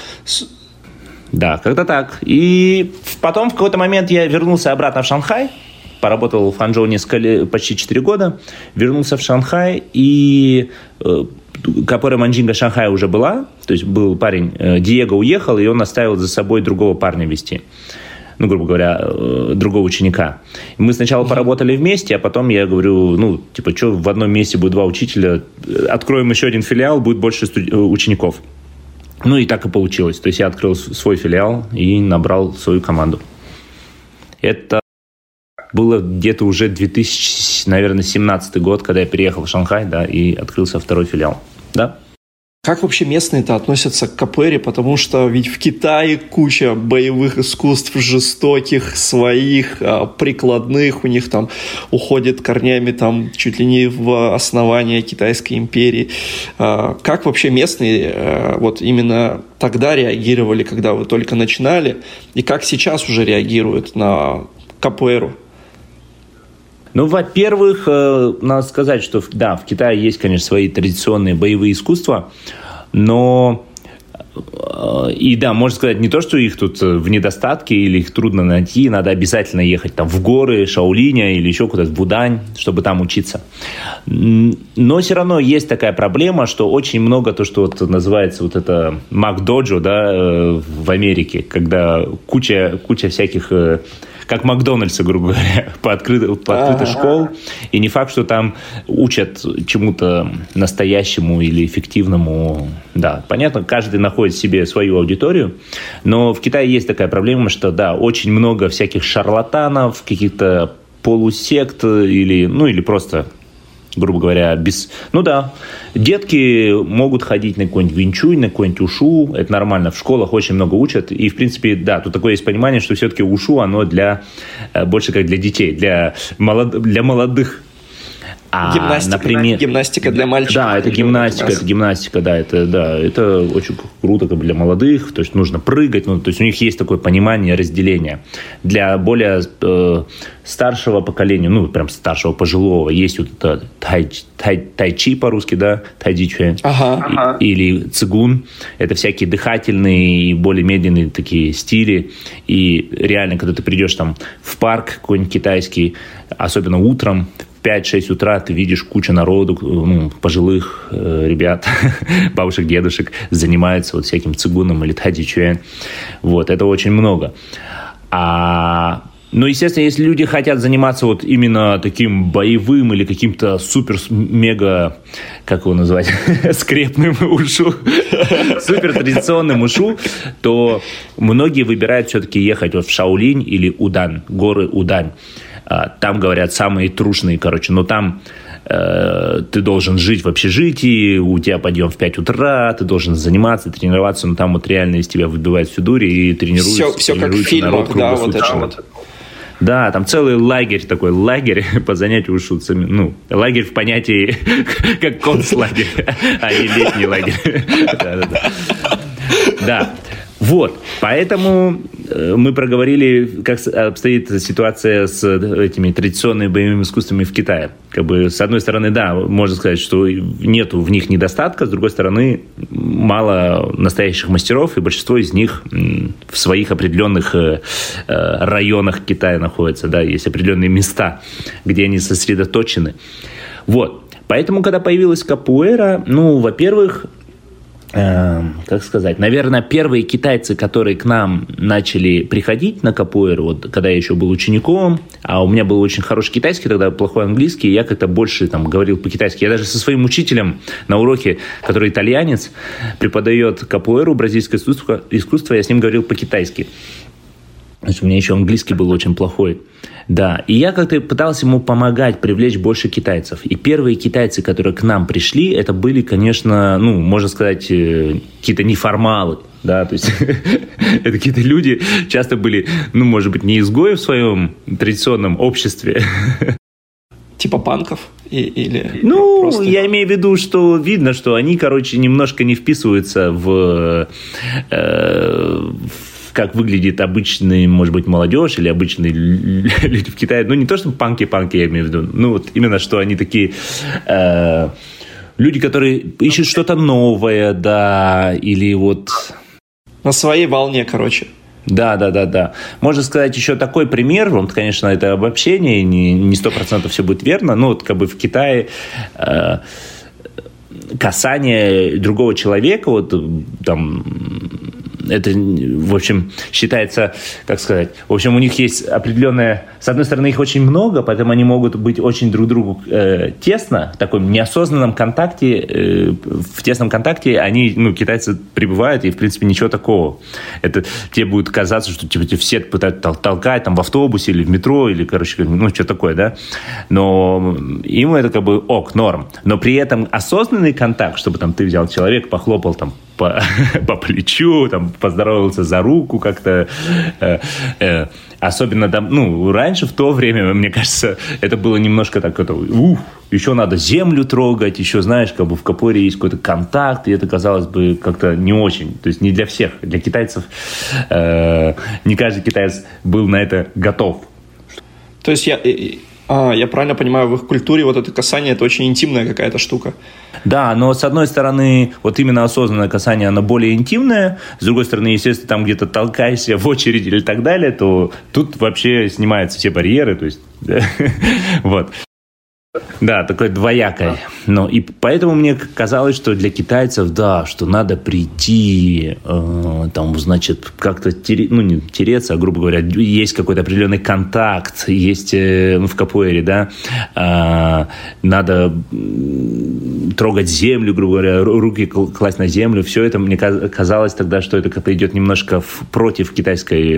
[SPEAKER 3] Да, как-то так. И потом в какой-то момент я вернулся обратно в Шанхай, поработал в Ханчжоу почти 4 года, вернулся в Шанхай, и капуэра Манджинга Шанхая уже была, то есть был парень, Диего уехал, и он оставил за собой другого парня вести, ну, грубо говоря, другого ученика. Мы сначала поработали вместе, а потом я говорю, ну, типа, что в одном месте будет 2 учителя, откроем еще один филиал, будет больше учеников. Ну, и так и получилось. То есть я открыл свой филиал и набрал свою команду. Это было где-то уже 2017 год, когда я переехал в Шанхай, да, и открылся второй филиал, да.
[SPEAKER 2] Как вообще местные-то относятся к капуэре? Потому что ведь в Китае куча боевых искусств жестоких, своих, прикладных. У них там уходит корнями там чуть ли не в основание Китайской империи. Как вообще местные вот именно тогда реагировали, когда вы только начинали? И как сейчас уже реагируют на капуэру?
[SPEAKER 3] Ну, во-первых, надо сказать, что да, в Китае есть, конечно, свои традиционные боевые искусства, но и да, можно сказать, не то, что их тут в недостатке или их трудно найти, надо обязательно ехать там в горы Шаолиня или еще куда-то в Будань, чтобы там учиться. Но все равно есть такая проблема, что очень много то, что вот называется вот это Макдоджо, да, в Америке, когда куча всяких... как Макдональдсы, грубо говоря, по открытых школ. И не факт, что там учат чему-то настоящему или эффективному. Да, понятно, каждый находит себе свою аудиторию. Но в Китае есть такая проблема, что, да, очень много всяких шарлатанов, каких-то полусект или просто грубо говоря, без... Ну да, детки могут ходить на какой-нибудь винчунь, на какой-нибудь ушу, это нормально, в школах очень много учат, и, в принципе, да, тут такое есть понимание, что все-таки ушу, оно больше как для детей, для молодых.
[SPEAKER 2] Гимнастика для мальчиков.
[SPEAKER 3] Да, это гимнастика, да, это очень круто как бы для молодых, то есть нужно прыгать, то есть у них есть такое понимание разделения. Для более старшего поколения, прям старшего пожилого, есть вот это тайчи по-русски, да, тайчи или цигун, это всякие дыхательные и более медленные такие стили, и реально, когда ты придешь там в парк какой-нибудь китайский, особенно утром, 5-6 утра ты видишь кучу народу, пожилых ребят, бабушек, дедушек занимаются вот всяким цигуном или тайчи. Вот, это очень много. Естественно, если люди хотят заниматься вот именно таким боевым или каким-то супер-мега, как его назвать, скрепным ушу, супер-традиционным ушу, то многие выбирают все-таки ехать вот в Шаолинь или Удан, горы Удань. Там, говорят, самые трушные, но там ты должен жить в общежитии, у тебя подъем в 5 утра, ты должен заниматься, тренироваться, но там вот реально из тебя выбивают всю дурь и тренируются.
[SPEAKER 2] Все как в фильмах, да, вот это.
[SPEAKER 3] Да, там целый лагерь по занятию ушу. Лагерь в понятии как концлагерь, а не летний лагерь. Да. Вот, поэтому мы проговорили, как обстоит ситуация с этими традиционными боевыми искусствами в Китае. С одной стороны, да, можно сказать, что нету в них недостатка, с другой стороны, мало настоящих мастеров, и большинство из них в своих определенных районах Китая находятся, да, есть определенные места, где они сосредоточены. Вот, поэтому, когда появилась капуэра, во-первых, наверное, первые китайцы, которые к нам начали приходить на капуэру, вот когда я еще был учеником, а у меня был очень хороший китайский, тогда плохой английский, я как-то больше говорил по-китайски. Я даже со своим учителем на уроке, который итальянец, преподает капуэру, бразильское искусство, я с ним говорил по-китайски. Значит, у меня еще английский был очень плохой. Да, и я как-то пытался ему помогать, привлечь больше китайцев. И первые китайцы, которые к нам пришли, это были, конечно, можно сказать, какие-то неформалы. Да, то есть это какие-то люди часто были, может быть, не изгои в своем традиционном обществе.
[SPEAKER 2] Типа панков? Или
[SPEAKER 3] просто... я имею в виду, что видно, что они, немножко не вписываются в как выглядит обычный, может быть, молодежь или обычные люди в Китае. Не то, что панки, я имею в виду. Именно, что они такие люди, которые ищут что-то новое, да, или вот...
[SPEAKER 2] На своей волне,
[SPEAKER 3] Да. Можно сказать еще такой пример, конечно, это обобщение, не 100% все будет верно, но в Китае... касание другого человека, это, в общем, считается, у них есть определенная... С одной стороны, их очень много, поэтому они могут быть очень друг другу тесно, в таком неосознанном контакте, в тесном контакте они, китайцы пребывают, и, в принципе, ничего такого. Это тебе будет казаться, что тебя все пытаются толкать в автобусе или в метро, или, что такое, да? Но им это норм. Но при этом осознанный контакт, чтобы ты взял человека, похлопал по плечу, поздоровался за руку как-то. Особенно раньше, в то время, мне кажется, это было немножко еще надо землю трогать, еще, знаешь, в капуэре есть какой-то контакт, и это казалось бы как-то не очень. То есть не для всех. Для китайцев не каждый китаец был на это готов.
[SPEAKER 2] То есть я правильно понимаю, в их культуре вот это касание – это очень интимная какая-то штука.
[SPEAKER 3] Да, но с одной стороны, вот именно осознанное касание, оно более интимное. С другой стороны, естественно, там где-то толкаешься в очереди или так далее, то тут вообще снимаются все барьеры. То есть, вот. Да, такое двоякое. И поэтому мне казалось, что для китайцев, да, что надо прийти, как-то не тереться, а, грубо говоря, есть какой-то определенный контакт, есть в капуэре, да, надо трогать землю, грубо говоря, руки класть на землю. Все это мне казалось тогда, что это как-то идет немножко против китайской,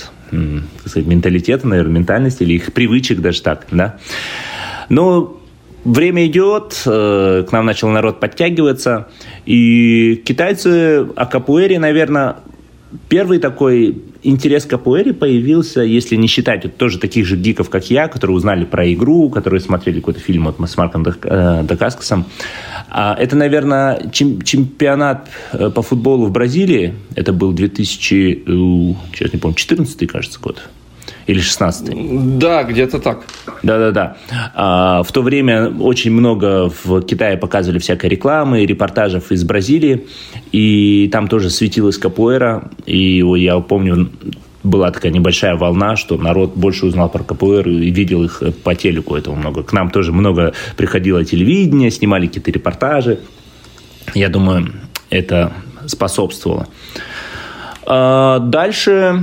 [SPEAKER 3] менталитета, наверное, ментальности или их привычек даже так, да. Но время идет, к нам начал народ подтягиваться, и китайцы о капуэре, наверное, первый такой интерес к капуэре появился, если не считать вот тоже таких же гиков, как я, которые узнали про игру, которые смотрели какой-то фильм вот, с Марком Дакаскасом. Это, наверное, чемпионат по футболу в Бразилии. Это был 2000, сейчас не помню, 14-й, кажется, год. Или 16-й.
[SPEAKER 2] Да, где-то так.
[SPEAKER 3] Да. В то время очень много в Китае показывали всякой рекламы, репортажев из Бразилии. И там тоже светилась капуэра. И я помню, была такая небольшая волна, что народ больше узнал про капуэру и видел их по телеку этого много. К нам тоже много приходило телевидение, снимали какие-то репортажи. Я думаю, это способствовало. Дальше,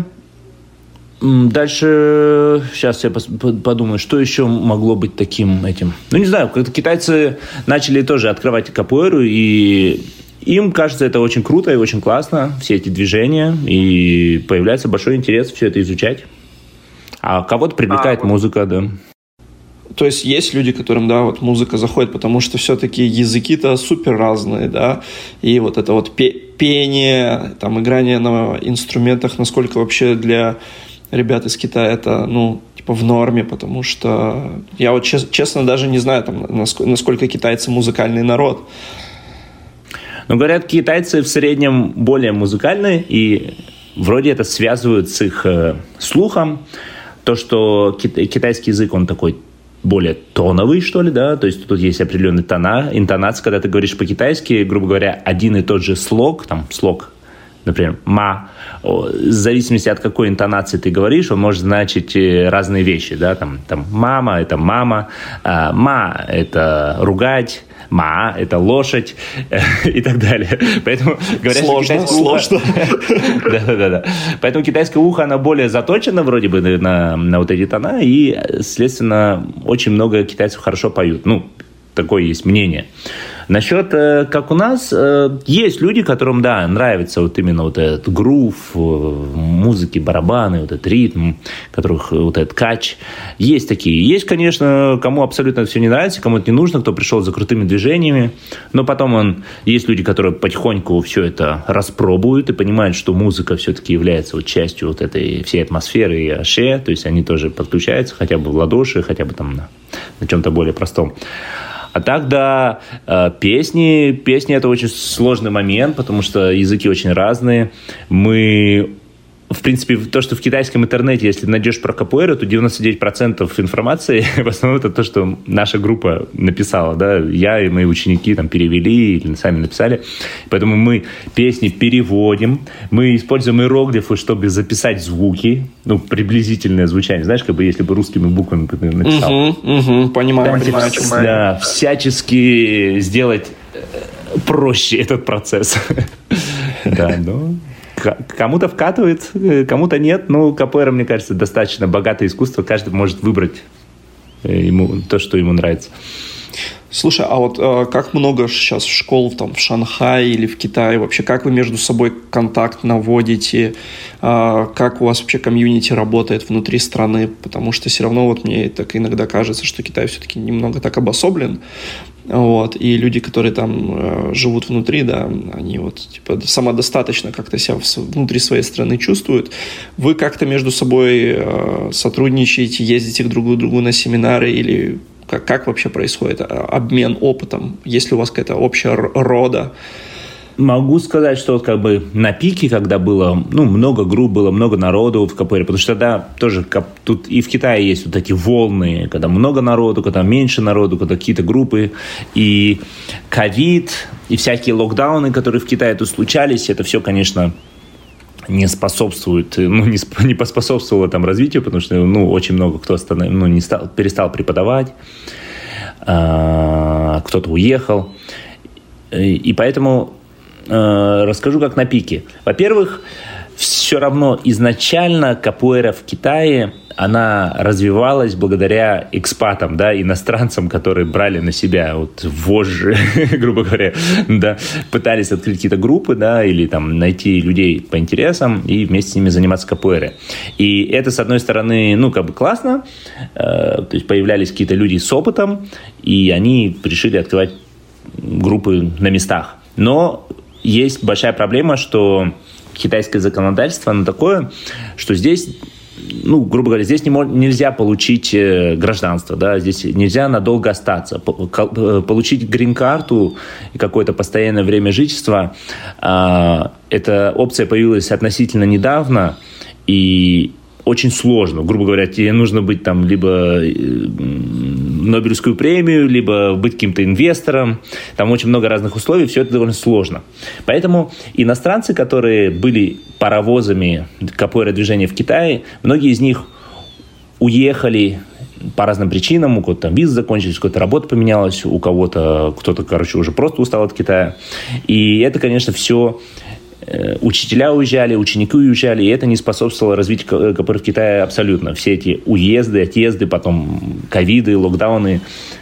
[SPEAKER 3] сейчас я подумаю, что еще могло быть таким этим. Ну, не знаю, как-то китайцы начали тоже открывать капуэру, и им кажется это очень круто и очень классно, все эти движения, и появляется большой интерес все это изучать. А кого-то привлекает музыка, да.
[SPEAKER 2] То есть есть люди, которым, да, вот музыка заходит, потому что все-таки языки-то супер разные, да, и вот это вот пение, там, играние на инструментах, насколько вообще для ребят из Китая это, ну, типа в норме, потому что я вот честно даже не знаю, там, насколько китайцы музыкальный народ.
[SPEAKER 3] Ну, говорят, китайцы в среднем более музыкальные, и вроде это связывают с их слухом, то, что китайский язык, он такой более тоновый, что ли, да, то есть тут есть определенные тона, интонация, когда ты говоришь по-китайски, грубо говоря, один и тот же слог, например, «ма», в зависимости от какой интонации ты говоришь, он может значить разные вещи, да, там «мама» — это «мама», «ма» — это «ругать», «ма» — это «лошадь» и так далее. Поэтому говорят,
[SPEAKER 2] сложно.
[SPEAKER 3] Да. Поэтому китайское ухо, оно более заточено вроде бы на вот эти тона, и, следственно, очень много китайцев хорошо поют. Ну, такое есть мнение. Насчет, как у нас, есть люди, которым, да, нравится вот именно вот этот грув, музыки, барабаны, вот этот ритм, которых вот этот кач. Есть такие. Есть, конечно, кому абсолютно это все не нравится, кому это не нужно, кто пришел за крутыми движениями, но потом есть люди, которые потихоньку все это распробуют и понимают, что музыка все-таки является вот частью вот этой всей атмосферы и аше, то есть они тоже подключаются хотя бы в ладоши, хотя бы там на чем-то более простом. А так, да, песни это очень сложный момент, потому что языки очень разные. В принципе, то, что в китайском интернете, если найдешь про капуэру, то 99% информации, в основном, это то, что наша группа написала, да, я и мои ученики там перевели или сами написали. Поэтому мы песни переводим, мы используем иероглифы, чтобы записать звуки, ну, приблизительное звучание, знаешь, как бы если бы русскими буквами написал.
[SPEAKER 2] Понимаю.
[SPEAKER 3] Да, всячески сделать проще этот процесс. Да, ну... Кому-то вкатывает, кому-то нет. Ну, капуэра, мне кажется, достаточно богатое искусство. Каждый может выбрать ему то, что ему нравится.
[SPEAKER 2] Слушай, а вот как много сейчас школ там, в Шанхае или в Китае вообще, как вы между собой контакт наводите, как у вас вообще комьюнити работает внутри страны, потому что все равно вот мне так иногда кажется, что Китай все-таки немного так обособлен, вот, и люди, которые там живут внутри, да, они вот типа самодостаточно как-то себя внутри своей страны чувствуют. Вы как-то между собой сотрудничаете, ездите друг к другу на семинары или... Как вообще происходит обмен опытом? Есть ли у вас какая-то общая рода?
[SPEAKER 3] Могу сказать, что вот как бы на пике, когда было много групп, было много народу в капуэре, потому что да, тоже тут и в Китае есть вот эти волны, когда много народу, когда меньше народу, когда какие-то группы, и ковид, и всякие локдауны, которые в Китае тут случались, это все, конечно, не способствует, не поспособствовало там развитию, потому что, очень много кто перестал преподавать, кто-то уехал. И поэтому расскажу, как на пике. Во-первых, все равно изначально капуэра в Китае, она развивалась благодаря экспатам, да, иностранцам, которые брали на себя вот вожжи, грубо говоря, да, пытались открыть какие-то группы, да, или там найти людей по интересам и вместе с ними заниматься капуэрой. И это, с одной стороны, ну, как бы классно, то есть появлялись какие-то люди с опытом, и они решили открывать группы на местах. Но есть большая проблема, что китайское законодательство, оно такое, что здесь, ну, грубо говоря, здесь нельзя получить гражданство, да, здесь нельзя надолго остаться. Получить грин-карту и какое-то постоянное время жительства, эта опция появилась относительно недавно, и очень сложно. Грубо говоря, тебе нужно быть там либо Нобелевскую премию, либо быть каким-то инвестором. Там очень много разных условий, все это довольно сложно. Поэтому иностранцы, которые были паровозами капуэра-движения в Китае, многие из них уехали по разным причинам. У кого-то там виза закончилась, у кого-то работа поменялась, у кого-то кто-то, короче, уже просто устал от Китая. И это, конечно, все... Учителя уезжали, ученики уезжали, и это не способствовало развитию капуэры в Китае абсолютно. Все эти уезды, отъезды, потом ковиды, локдауны.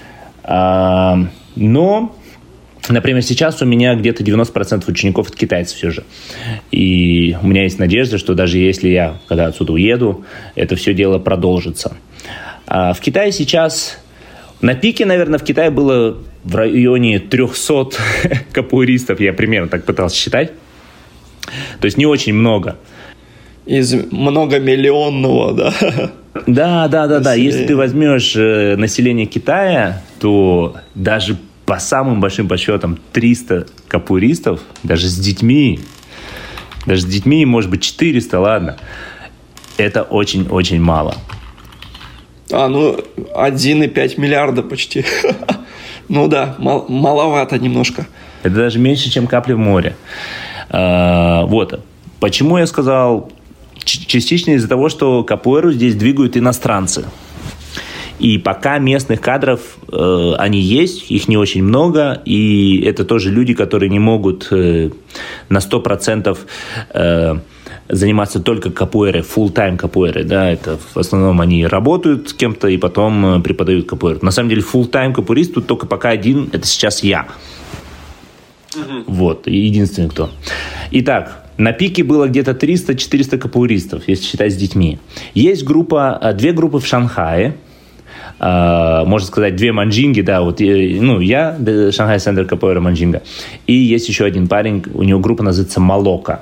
[SPEAKER 3] Но, например, сейчас у меня где-то 90% учеников это китайцы все же. И у меня есть надежда, что даже если я, когда отсюда уеду, это все дело продолжится. В Китае сейчас... На пике, наверное, в Китае было в районе 300 капуэристов, я примерно так пытался считать. То есть не очень много.
[SPEAKER 2] Из многомиллионного, да?
[SPEAKER 3] Да. Если ты возьмешь население Китая, то даже по самым большим подсчетам 300 капуэристов, даже с детьми, может быть, 400, ладно, это очень-очень мало.
[SPEAKER 2] 1,5 миллиарда почти. Ну да, маловато немножко.
[SPEAKER 3] Это даже меньше, чем капли в море. Вот. Почему я сказал частично из-за того, что капуэру здесь двигают иностранцы. И пока местных кадров они есть, их не очень много, и это тоже люди, которые не могут на 100% заниматься только капуэрой, full-time капуэрой, да, это в основном они работают с кем-то и потом преподают капуэру. На самом деле full-time капуэрист тут только пока один, это сейчас я. Вот, единственный кто. Итак, на пике было где-то 300-400 капуэристов, если считать с детьми. Есть две группы в Шанхае, можно сказать, две манджинги, да, вот, я, Шанхай Центр Капуэра Манджинга, и есть еще один парень, у него группа называется Молока.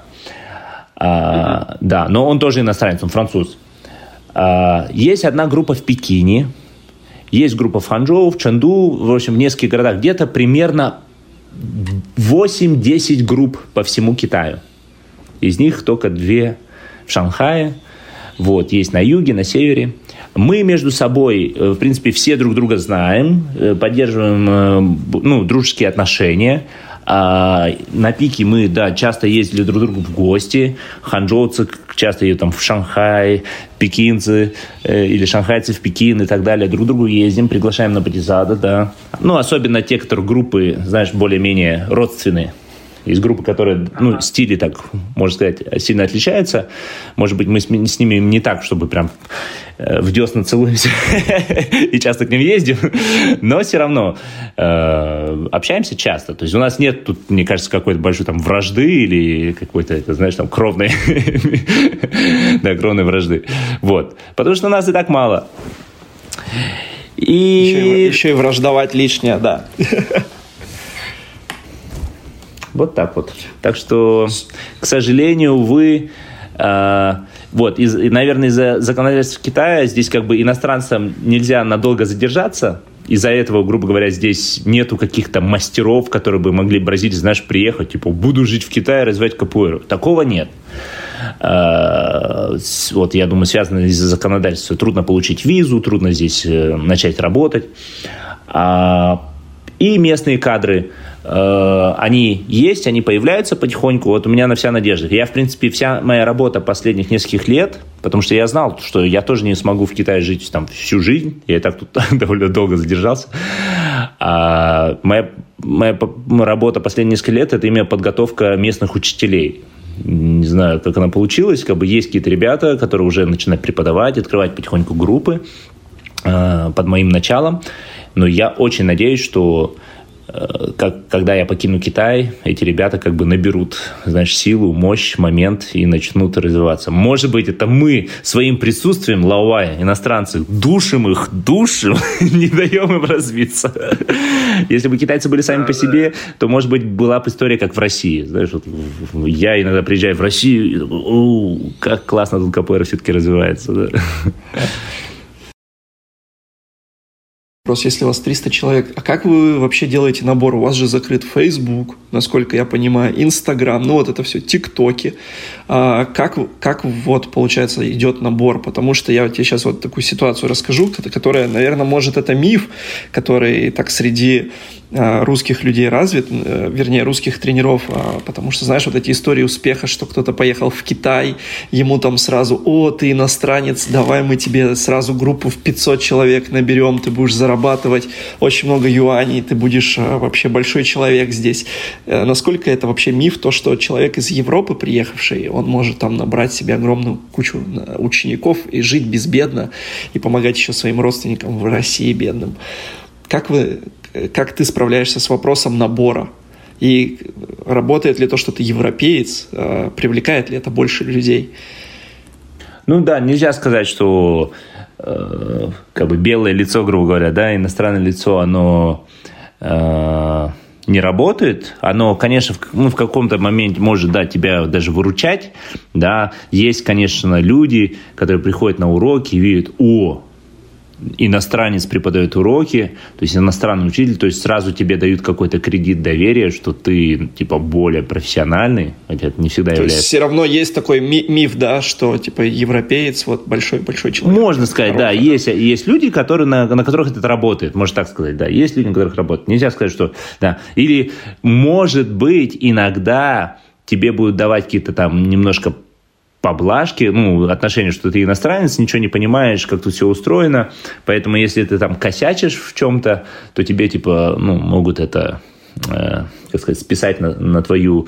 [SPEAKER 3] Да, но он тоже иностранец, он француз. Есть одна группа в Пекине, есть группа в Ханчжоу, в Чэнду, в общем, в нескольких городах, где-то примерно 8-10 групп по всему Китаю. Из них только 2 в Шанхае. Вот, есть на юге, на севере. Мы между собой, в принципе, все друг друга знаем, поддерживаем дружеские отношения. На пике мы, да, часто ездили друг к другу в гости. Ханчжоуцы часто едут там в Шанхай, пекинцы или шанхайцы в Пекин и так далее. Друг к другу ездим, приглашаем на патизады, да. Особенно те, которые группы, знаешь, более-менее родственные. Есть группы, которые, стили, так можно сказать, сильно отличаются. Может быть, мы с ними не так, чтобы прям в десна целуемся и часто к ним ездим, но все равно общаемся часто. То есть у нас нет тут, мне кажется, какой-то большой там вражды или какой-то, знаешь, там кровной вражды. Вот. Потому что нас и так мало.
[SPEAKER 2] Еще и враждовать лишнее, да.
[SPEAKER 3] Вот так вот. Так что, к сожалению, увы, наверное, из-за законодательства Китая здесь как бы иностранцам нельзя надолго задержаться. Из-за этого, грубо говоря, здесь нету каких-то мастеров, которые бы могли в Бразилии, знаешь, приехать, типа, буду жить в Китае, развивать капуэру. Такого нет. Вот, я думаю, связано из-за законодательства. Трудно получить визу, трудно здесь начать работать. И местные кадры, они есть, они появляются потихоньку. Вот у меня вся надежда. Я, в принципе, вся моя работа последних нескольких лет, потому что я знал, что я тоже не смогу в Китае жить там всю жизнь. Я и так тут довольно долго задержался. Моя работа последние несколько лет – это именно подготовка местных учителей. не знаю, как она получилась, как бы есть какие-то ребята, которые уже начинают преподавать, открывать потихоньку группы под моим началом. Но я очень надеюсь, что когда я покину Китай, эти ребята как бы наберут, знаешь, силу, мощь, момент и начнут развиваться. Может быть, это мы своим присутствием, лаовай, иностранцы, душим их, не даем им развиться. Если бы китайцы были сами по себе, то, может быть, была бы история, как в России. Знаешь, вот я иногда приезжаю в Россию и думаю, как классно тут КПР все-таки развивается. Да?
[SPEAKER 2] Просто если у вас 300 человек, а как вы вообще делаете набор? У вас же закрыт Facebook, насколько я понимаю, Instagram, ну вот это все, ТикТоки. Как вот, получается, идет набор? Потому что я тебе сейчас вот такую ситуацию расскажу, которая, наверное, может, это миф, который так среди русских людей развит, вернее, русских тренеров, потому что, знаешь, вот эти истории успеха, что кто-то поехал в Китай, ему там сразу, ты иностранец, давай мы тебе сразу группу в 500 человек наберем, ты будешь зарабатывать очень много юаней, ты будешь вообще большой человек здесь. Насколько это вообще миф, то, что человек из Европы приехавший, он может там набрать себе огромную кучу учеников и жить безбедно, и помогать еще своим родственникам в России бедным. Как ты справляешься с вопросом набора? И работает ли то, что ты европеец, привлекает ли это больше людей?
[SPEAKER 3] Ну да, нельзя сказать, что как бы белое лицо, грубо говоря, да, иностранное лицо, оно не работает. Оно, конечно, в каком-то моменте может, да, тебя даже выручать. Да. Есть, конечно, люди, которые приходят на уроки и видят, иностранец преподает уроки, то есть иностранный учитель, то есть сразу тебе дают какой-то кредит доверия, что ты типа более профессиональный, хотя это не всегда является. То есть
[SPEAKER 2] все равно есть такой миф, да, что типа европеец, вот большой человек.
[SPEAKER 3] Можно сказать, да, есть люди, которые, на которых это работает, можно так сказать, да, есть люди, на которых работает. Нельзя сказать, что, да, или может быть иногда тебе будут давать какие-то там немножко поблажки, отношения, что ты иностранец, ничего не понимаешь, как тут все устроено, поэтому если ты там косячишь в чем-то, то тебе, типа, могут это, как сказать, списать на твою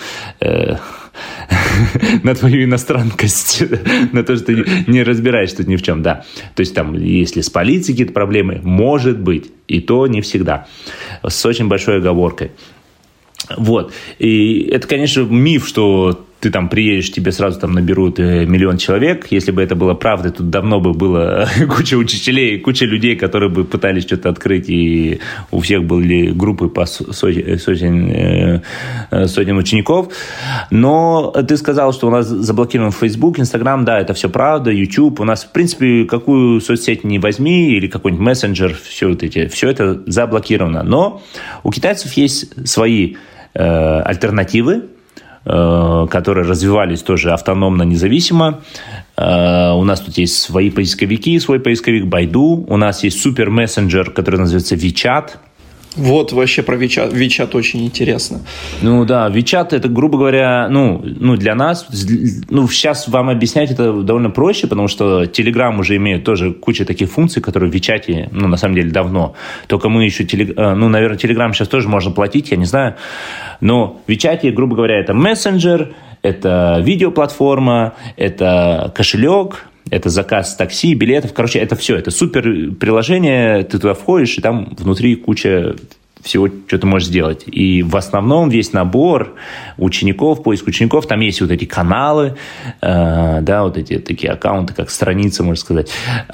[SPEAKER 3] на твою иностранкость, на то, что ты не разбираешься тут ни в чем, да. То есть там, если с полицией какие-то проблемы, может быть, и то не всегда, с очень большой оговоркой. Вот. И это, конечно, миф, что ты там приедешь, тебе сразу там наберут 1 миллион человек. Если бы это было правдой, тут давно бы было куча учителей, куча людей, которые бы пытались что-то открыть, и у всех были группы по сотен учеников. Но ты сказал, что у нас заблокирован Facebook, Instagram, да, это все правда, YouTube. У нас, в принципе, какую соцсеть не возьми, или какой-нибудь мессенджер, все это заблокировано. Но у китайцев есть свои альтернативы, которые развивались тоже автономно, независимо. У нас тут есть свои поисковики, свой поисковик Байду. У нас есть супер мессенджер, который называется WeChat.
[SPEAKER 2] Вот вообще про WeChat очень интересно.
[SPEAKER 3] Ну да, WeChat это, грубо говоря, для нас, сейчас вам объяснять это довольно проще, потому что Telegram уже имеет тоже кучу таких функций, которые в WeChat, на самом деле, давно. Только мы еще, наверное, Telegram сейчас тоже можно платить, я не знаю. Но в WeChat, грубо говоря, это мессенджер, это видеоплатформа, это кошелек, это заказ такси, билетов. Короче, это все. Это супер приложение. Ты туда входишь, и там внутри куча всего, что ты можешь сделать. И в основном весь набор учеников, поиск учеников, там есть вот эти каналы, да, вот эти такие аккаунты, как страницы, можно сказать.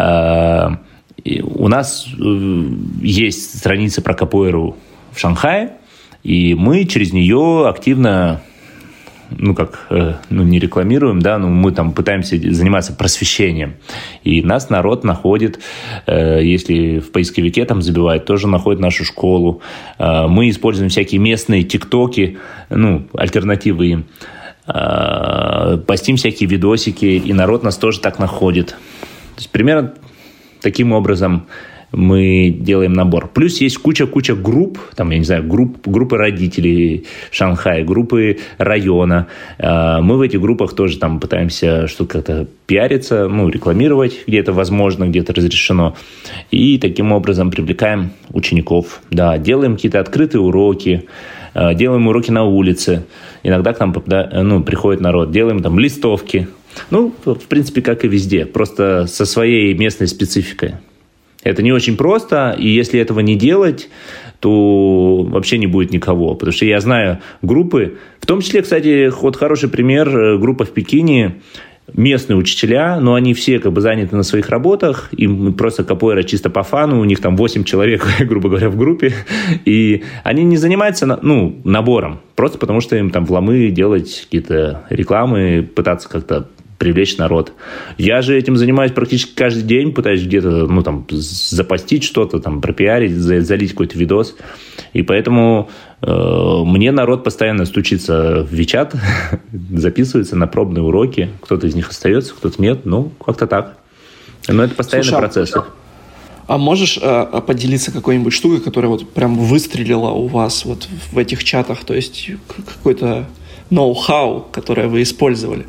[SPEAKER 3] И у нас есть страница про капоэйру в Шанхае, и мы через нее активно... не рекламируем, да, но мы там пытаемся заниматься просвещением. И нас народ находит, если в поисковике там забивает, тоже находит нашу школу. Мы используем всякие местные тиктоки, альтернативы им. Постим всякие видосики, и народ нас тоже так находит. То есть примерно таким образом мы делаем набор. Плюс есть куча групп, там, я не знаю, группы родителей Шанхая, группы района. Мы в этих группах тоже там пытаемся что-то как-то пиариться, рекламировать, где это возможно, где это разрешено. И таким образом привлекаем учеников. Да, делаем какие-то открытые уроки, делаем уроки на улице, иногда к нам приходит народ, делаем там листовки. Ну, в принципе, как и везде, просто со своей местной спецификой. Это не очень просто, и если этого не делать, то вообще не будет никого. Потому что я знаю группы, в том числе, кстати, вот хороший пример, группа в Пекине, местные учителя, но они все как бы заняты на своих работах, им просто капоэра чисто по фану, у них там 8 человек, грубо говоря, в группе, и они не занимаются набором, просто потому что им там в ломы делать какие-то рекламы, пытаться как-то привлечь народ. Я же этим занимаюсь практически каждый день, пытаюсь где-то, запостить что-то, там, пропиарить, залить какой-то видос. И поэтому мне народ постоянно стучится в WeChat, записывается на пробные уроки. Кто-то из них остается, кто-то нет. Ну, как-то так. Но это постоянный процесс.
[SPEAKER 2] А можешь поделиться какой-нибудь штукой, которая вот прям выстрелила у вас вот в этих чатах? То есть какой-то ноу-хау, которое вы использовали?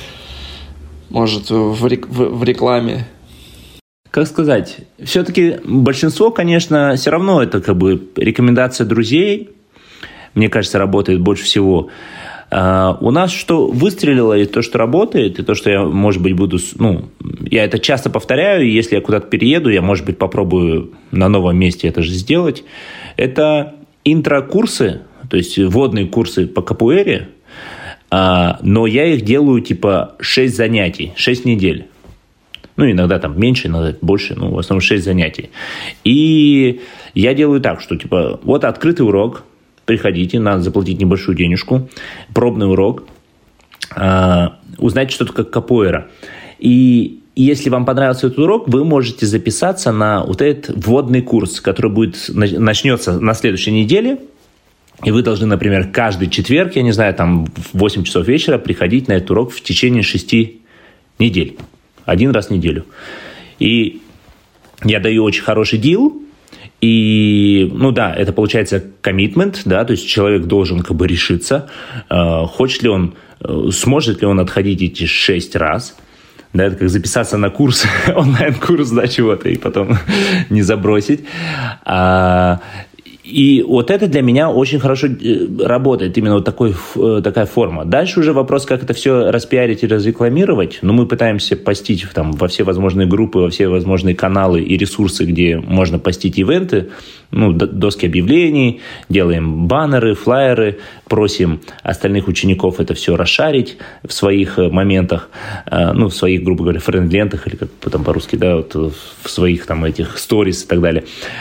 [SPEAKER 2] Может, в рекламе?
[SPEAKER 3] Как сказать? Все-таки большинство, конечно, все равно это как бы рекомендация друзей. Мне кажется, работает больше всего. У нас что выстрелило, и то, что работает, и то, что я, может быть, буду... я это часто повторяю, и если я куда-то перееду, я, может быть, попробую на новом месте это же сделать. Это интро-курсы, то есть вводные курсы по капуэре, но я их делаю 6 занятий, 6 недель. Иногда там меньше, иногда больше, в основном 6 занятий. И я делаю так, что вот открытый урок, приходите, надо заплатить небольшую денежку, пробный урок, узнать, что такое капоэра. И если вам понравился этот урок, вы можете записаться на вот этот вводный курс, который начнется на следующей неделе. И вы должны, например, каждый четверг, я не знаю, там в 8 часов вечера приходить на этот урок в течение 6 недель. 1 раз в неделю. И я даю очень хороший дил. И, это получается коммитмент, да, то есть человек должен как бы решиться, хочет ли он, сможет ли он отходить эти 6 раз. Да, это как записаться на курс, онлайн-курс, да, чего-то, и потом не забросить. И вот это для меня очень хорошо работает, именно вот такая форма. Дальше уже вопрос, как это все распиарить и разрекламировать. Но мы пытаемся постить там во все возможные группы, во все возможные каналы и ресурсы, где можно постить ивенты, доски объявлений, делаем баннеры, флаеры, просим остальных учеников это все расшарить в своих моментах, в своих, грубо говоря, френд-лентах, или как там по-русски, да, вот в своих там этих сторис и так далее.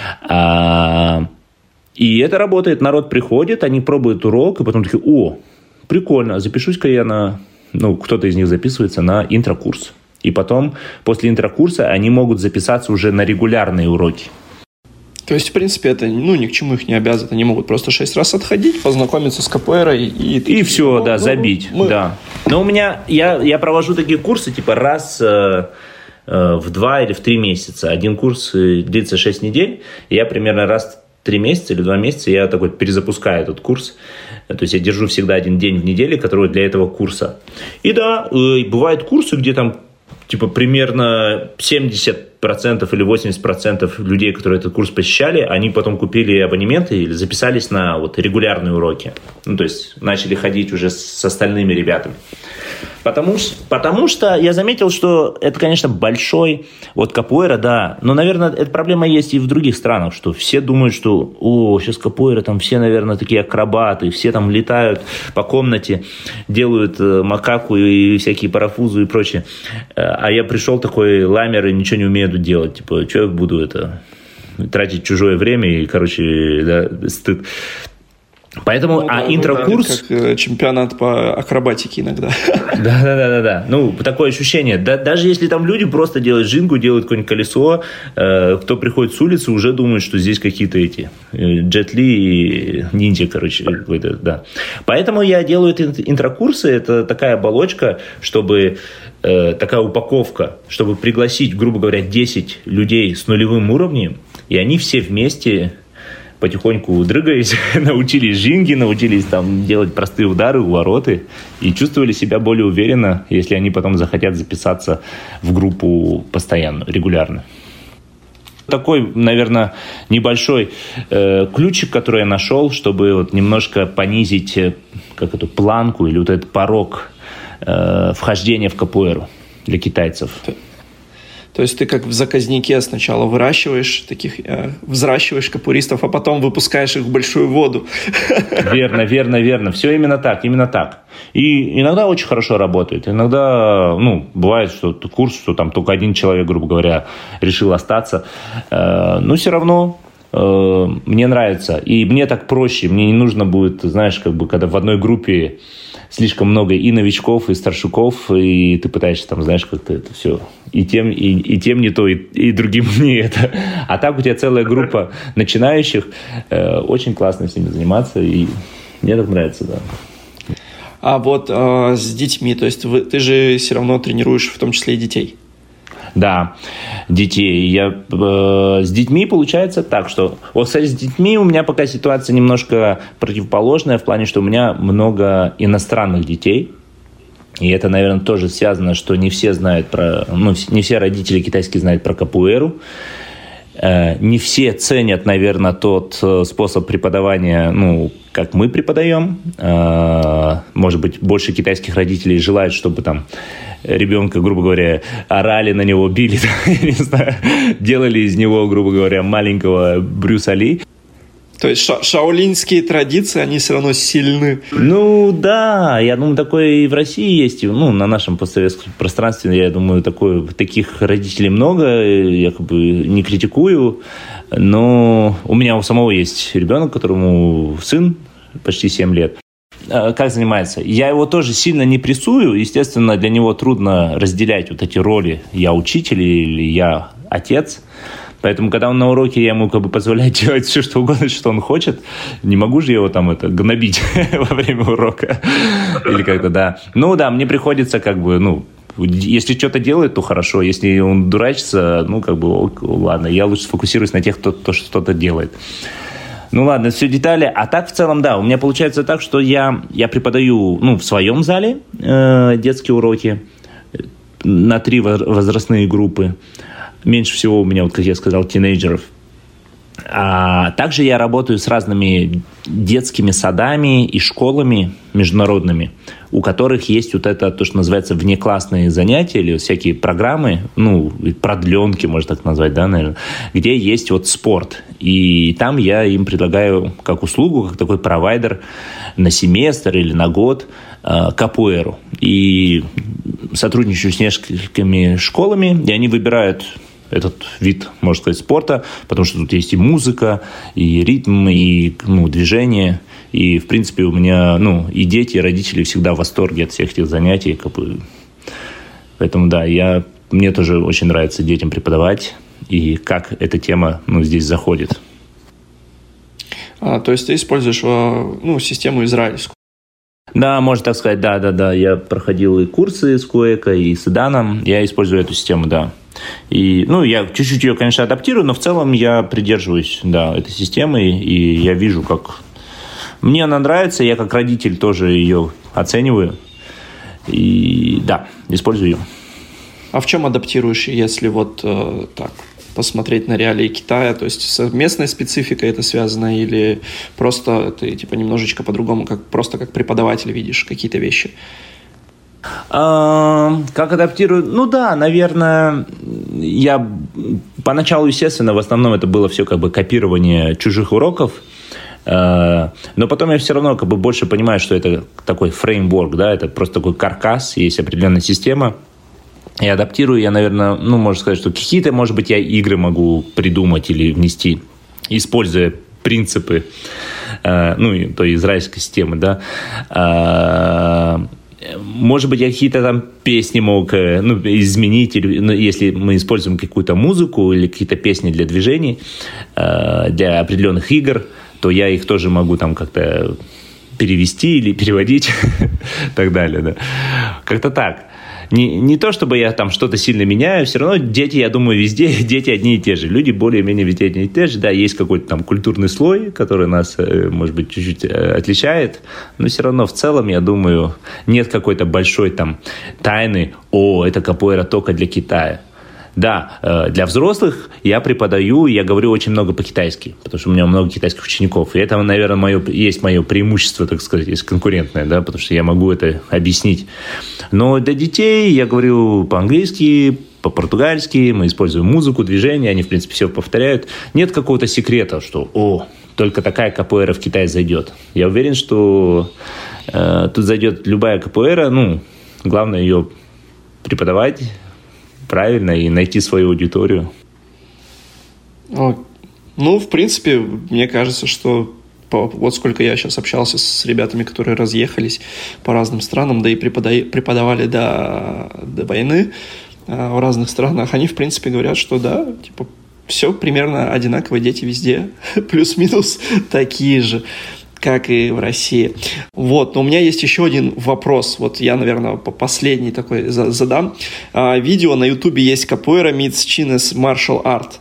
[SPEAKER 3] И это работает, народ приходит, они пробуют урок, и потом такие: о, прикольно, запишусь-ка я кто-то из них записывается на интрокурс. И потом, после интрокурса, они могут записаться уже на регулярные уроки.
[SPEAKER 2] То есть, в принципе, это ни к чему их не обязывает. Они могут просто 6 раз отходить, познакомиться с капоэрой и
[SPEAKER 3] все, да, забить. Да. Но у меня, я провожу такие курсы, раз в 2 или в 3 месяца. Один курс длится 6 недель, и я примерно раз 3 месяца или 2 месяца я такой перезапускаю этот курс. То есть я держу всегда один день в неделе, который для этого курса. И да, бывают курсы, где там примерно 70% или 80% людей, которые этот курс посещали, они потом купили абонементы или записались на регулярные уроки. То есть начали ходить уже с остальными ребятами. Потому что я заметил, что это, конечно, большой капоэра, да, но, наверное, эта проблема есть и в других странах, что все думают, что сейчас капоэра, там все, наверное, такие акробаты, все там летают по комнате, делают макаку и всякие парафузы и прочее. А я пришел такой ламер и ничего не умею делать. Что я буду тратить чужое время и, стыд. Поэтому, интрокурс...
[SPEAKER 2] Как чемпионат по акробатике иногда.
[SPEAKER 3] Да. Такое ощущение. Даже если там люди просто делают жингу, делают какое-нибудь колесо, кто приходит с улицы, уже думает, что здесь какие-то Джет Ли и ниндзя, какой-то, да. Поэтому я делаю интрокурсы. Это такая оболочка, чтобы... такая упаковка, чтобы пригласить, грубо говоря, 10 людей с нулевым уровнем, и они все вместе... потихоньку дрыгаясь, научились жинги, научились там делать простые удары, увороты и чувствовали себя более уверенно, если они потом захотят записаться в группу постоянно, регулярно. Такой, наверное, небольшой ключик, который я нашел, чтобы вот немножко понизить эту планку или вот этот порог вхождения в капуэру для китайцев.
[SPEAKER 2] То есть ты как в заказнике сначала взращиваешь капуэристов, а потом выпускаешь их в большую воду.
[SPEAKER 3] Верно. Все именно так. И иногда очень хорошо работает. Иногда, бывает, что курс, что там только один человек, грубо говоря, решил остаться. Но все равно мне нравится. И мне так проще. Мне не нужно будет, знаешь, когда в одной группе слишком много и новичков, и старшаков, и ты пытаешься там, знаешь, как-то это все и тем не то, и другим не это. А так у тебя целая группа начинающих. Очень классно с ними заниматься, и мне так нравится, да.
[SPEAKER 2] А вот с детьми, то есть ты же все равно тренируешь в том числе и детей.
[SPEAKER 3] Да, детей. С детьми получается так, что... Вот, кстати, с детьми у меня пока ситуация немножко противоположная, в плане, что у меня много иностранных детей. И это, наверное, тоже связано, что не все знают не все родители китайские знают про капуэру. Не все ценят, наверное, тот способ преподавания, как мы преподаем. Может быть, больше китайских родителей желают, чтобы там ребенка, грубо говоря, орали на него, били, я не знаю, делали из него, грубо говоря, маленького Брюса Ли.
[SPEAKER 2] То есть шаолиньские традиции, они все равно сильны.
[SPEAKER 3] Да, я думаю, такое и в России есть, на нашем постсоветском пространстве, я думаю, таких родителей много, я не критикую, но у меня у самого есть ребенок, которому сын почти 7 лет. Как занимается? Я его тоже сильно не прессую, естественно, для него трудно разделять вот эти роли, я учитель или я отец. Поэтому, когда он на уроке, я ему позволяю делать все, что угодно, что он хочет. Не могу же его гнобить во время урока. Или как-то, да. Мне приходится если что-то делает, то хорошо. Если он дурачится, ладно. Я лучше сфокусируюсь на тех, кто что-то делает. Ладно, все детали. А так, в целом, да, у меня получается так, что я преподаю, в своем зале детские уроки на 3 возрастные группы. Меньше всего у меня, как я сказал, тинейджеров. А также я работаю с разными детскими садами и школами международными, у которых есть вот это, то, что называется, внеклассные занятия или всякие программы, продленки, можно так назвать, да, наверное, где есть спорт. И там я им предлагаю как услугу, как такой провайдер на семестр или на год капуэру. И сотрудничаю с несколькими школами, и они выбирают этот вид, можно сказать, спорта, потому что тут есть и музыка, и ритм, и движение. И, в принципе, у меня, и дети, и родители всегда в восторге от всех этих занятий. Поэтому, да, мне тоже очень нравится детям преподавать, и как эта тема, здесь заходит.
[SPEAKER 2] То есть ты используешь, систему израильскую?
[SPEAKER 3] Да, можно так сказать, да. Я проходил и курсы с Куэко, и с Иданом. Я использую эту систему, да. И, я чуть-чуть ее, конечно, адаптирую, но в целом я придерживаюсь, этой системы, и я вижу, как мне она нравится, я как родитель тоже ее оцениваю, и, да, использую ее.
[SPEAKER 2] А в чем адаптируешь, если так посмотреть на реалии Китая, то есть с местной спецификой это связано, или просто ты немножечко по-другому, просто как преподаватель видишь какие-то вещи?
[SPEAKER 3] Как адаптирую? Да, наверное, я поначалу, естественно, в основном это было все копирование чужих уроков, но потом я все равно больше понимаю, что это такой фреймворк, да, это просто такой каркас, есть определенная система. И адаптирую я, наверное, можно сказать, что какие-то, может быть, я игры могу придумать или внести, используя принципы, той израильской системы, да. Может быть, я какие-то там песни мог изменить, или, если мы используем какую-то музыку или какие-то песни для движений, для определенных игр, то я их тоже могу там как-то перевести или переводить и так далее. Да. Как-то так. Не то, чтобы я там что-то сильно меняю, все равно дети, я думаю, везде дети одни и те же. Люди более-менее везде одни и те же. Да, есть какой-то там культурный слой, который нас, может быть, чуть-чуть отличает, но все равно в целом, я думаю, нет какой-то большой там тайны, это капуэра только для Китая. Да, для взрослых я преподаю, я говорю очень много по-китайски, потому что у меня много китайских учеников. И это, наверное, есть мое преимущество, так сказать, есть конкурентное, да, потому что я могу это объяснить. Но для детей я говорю по-английски, по-португальски, мы используем музыку, движение, они, в принципе, все повторяют. Нет какого-то секрета, что, только такая капуэра в Китае зайдет. Я уверен, что тут зайдет любая капуэра, главное ее преподавать правильно и найти свою аудиторию.
[SPEAKER 2] В принципе, мне кажется, что вот сколько я сейчас общался с ребятами, которые разъехались по разным странам, да и преподавали до войны в разных странах, они, в принципе, говорят, что да, все примерно одинаково, дети везде плюс-минус такие же, как и в России. Но у меня есть еще один вопрос. Я, наверное, последний такой задам. Видео на Ютубе есть «Капуэра meets Chinese Martial Art».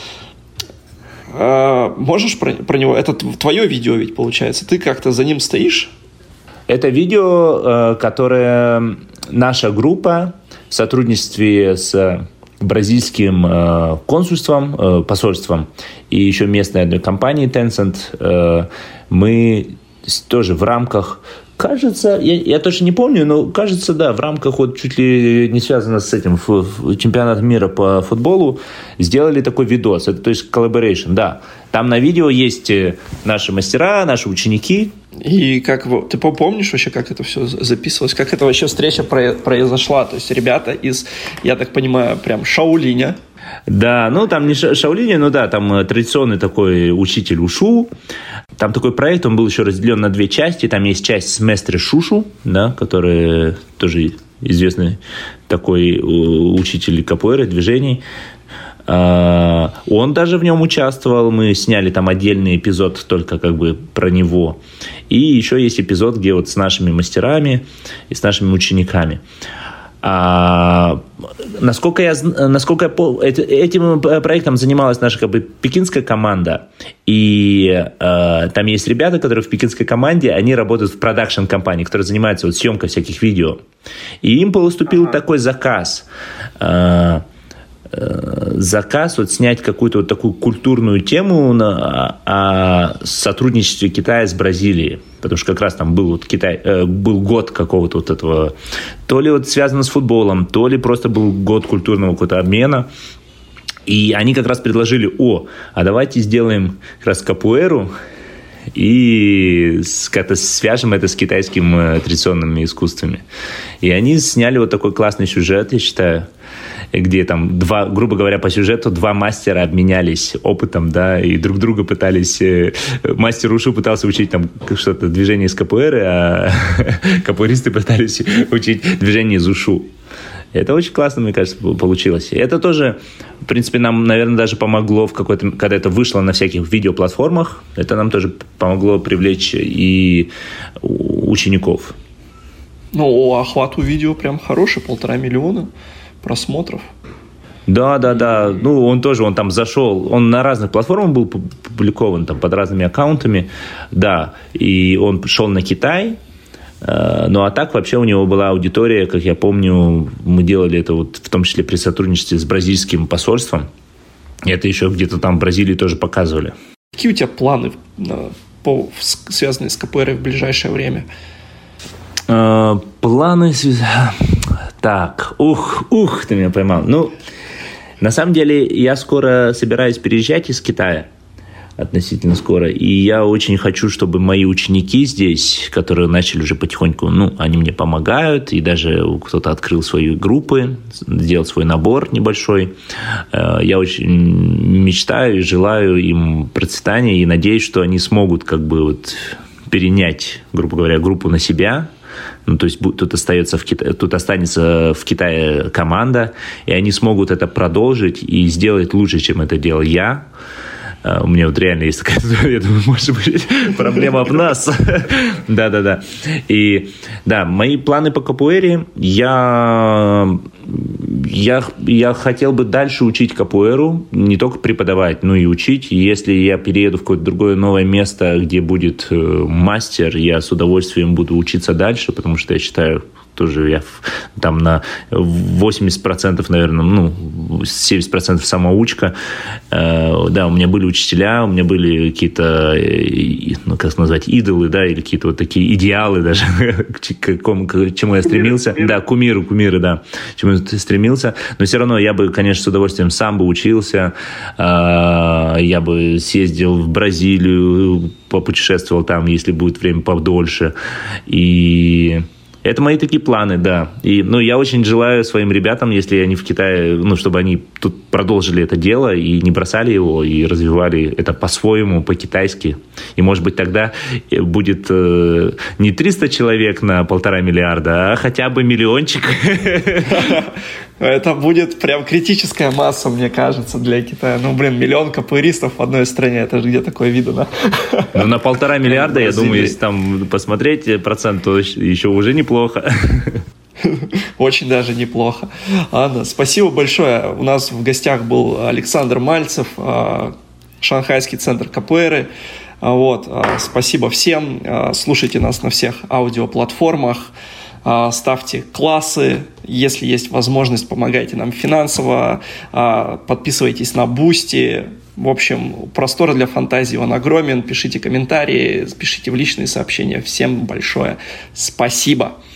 [SPEAKER 2] Можешь про него? Это твое видео ведь получается. Ты как-то за ним стоишь?
[SPEAKER 3] Это видео, которое наша группа в сотрудничестве с бразильским консульством, посольством и еще местной одной компанией Tencent, мы тоже в рамках, кажется, я точно не помню, но кажется, да, в рамках чуть ли не связано с этим чемпионатом мира по футболу сделали такой видос, это то есть collaboration, да. Там на видео есть наши мастера, наши ученики.
[SPEAKER 2] И ты помнишь вообще, как это все записывалось, как эта вообще встреча произошла? То есть ребята из, я так понимаю, прям Шаолиня.
[SPEAKER 3] Да, там не Шаолиня, но да, там традиционный такой учитель ушу. Там такой проект, он был еще разделен на две части. Там есть часть с Местре Шушу, да, который тоже известный такой учитель капуэры, движений. Он даже в нем участвовал, мы сняли там отдельный эпизод только про него. И еще есть эпизод, где с нашими мастерами и с нашими учениками. Насколько я помню, этим проектом занималась наша пекинская команда. И там есть ребята, которые в пекинской команде, они работают в продакшн-компании, которые занимаются съемкой всяких видео. И им поступил такой заказ снять какую-то такую культурную тему о сотрудничестве Китая с Бразилией. Потому что как раз там был был год какого-то этого, то ли связано с футболом, то ли просто был год культурного какого-то обмена. И они как раз предложили, а давайте сделаем как раз капуэру и как-то свяжем это с китайскими традиционными искусствами. И они сняли такой классный сюжет, я считаю, где там грубо говоря, по сюжету два мастера обменялись опытом, да, и друг друга пытались... Мастер ушу пытался учить там что-то движение из капуэры, а капуэристы пытались учить движение из ушу. Это очень классно, мне кажется, получилось. И это тоже, в принципе, нам, наверное, даже помогло когда это вышло на всяких видеоплатформах, это нам тоже помогло привлечь и учеников.
[SPEAKER 2] Охват у видео прям хороший, 1,5 миллиона просмотров.
[SPEAKER 3] Да. Он там зашел, он на разных платформах был публикован, там под разными аккаунтами, да, и он шел на Китай. А так вообще у него была аудитория, как я помню, мы делали это в том числе при сотрудничестве с бразильским посольством. И это еще где-то там в Бразилии тоже показывали.
[SPEAKER 2] Какие у тебя планы, связанные с капуэрой в ближайшее время?
[SPEAKER 3] Планы... Так, ты меня поймал. На самом деле, я скоро собираюсь переезжать из Китая. Относительно скоро. И я очень хочу, чтобы мои ученики здесь, которые начали уже потихоньку, они мне помогают, и даже кто-то открыл свои группы, сделал свой набор небольшой. Я очень мечтаю и желаю им процветания, и надеюсь, что они смогут перенять, грубо говоря, группу на себя. То есть тут останется в Китае команда, и они смогут это продолжить и сделать лучше, чем это делал я. У меня реально есть такая, я думаю, может быть, проблема в нас. Да. И да, мои планы по капуэре, я хотел бы дальше учить капуэру, не только преподавать, но и учить. И если я перееду в какое-то другое новое место, где будет мастер, я с удовольствием буду учиться дальше, потому что я считаю, тоже я там на 80%, наверное, 70% самоучка. Да, у меня были учителя, у меня были какие-то, как назвать, идолы, да, или какие-то вот такие идеалы даже, к чему я стремился. Да, кумиры, да, к чему я стремился. Но все равно я бы, конечно, с удовольствием сам бы учился, я бы съездил в Бразилию, попутешествовал там, если будет время подольше. И это мои такие планы, да. И, я очень желаю своим ребятам, если они в Китае, чтобы они тут продолжили это дело и не бросали его, и развивали это по-своему, по-китайски. И, может быть, тогда будет не 300 человек на 1,5 миллиарда, а хотя бы миллиончик.
[SPEAKER 2] Это будет прям критическая масса, мне кажется, для Китая. 1 миллион капуэристов в одной стране, это же где такое видно?
[SPEAKER 3] На 1,5 миллиарда, я думаю, если там посмотреть процент, то еще уже неплохо.
[SPEAKER 2] Очень даже неплохо. Анна, спасибо большое. У нас в гостях был Александр Мальцев, Шанхайский центр капуэры. Спасибо всем. Слушайте нас на всех аудиоплатформах. Ставьте классы, если есть возможность, помогайте нам финансово, подписывайтесь на Boosty. В общем, простор для фантазии он огромен. Пишите комментарии, пишите в личные сообщения. Всем большое спасибо.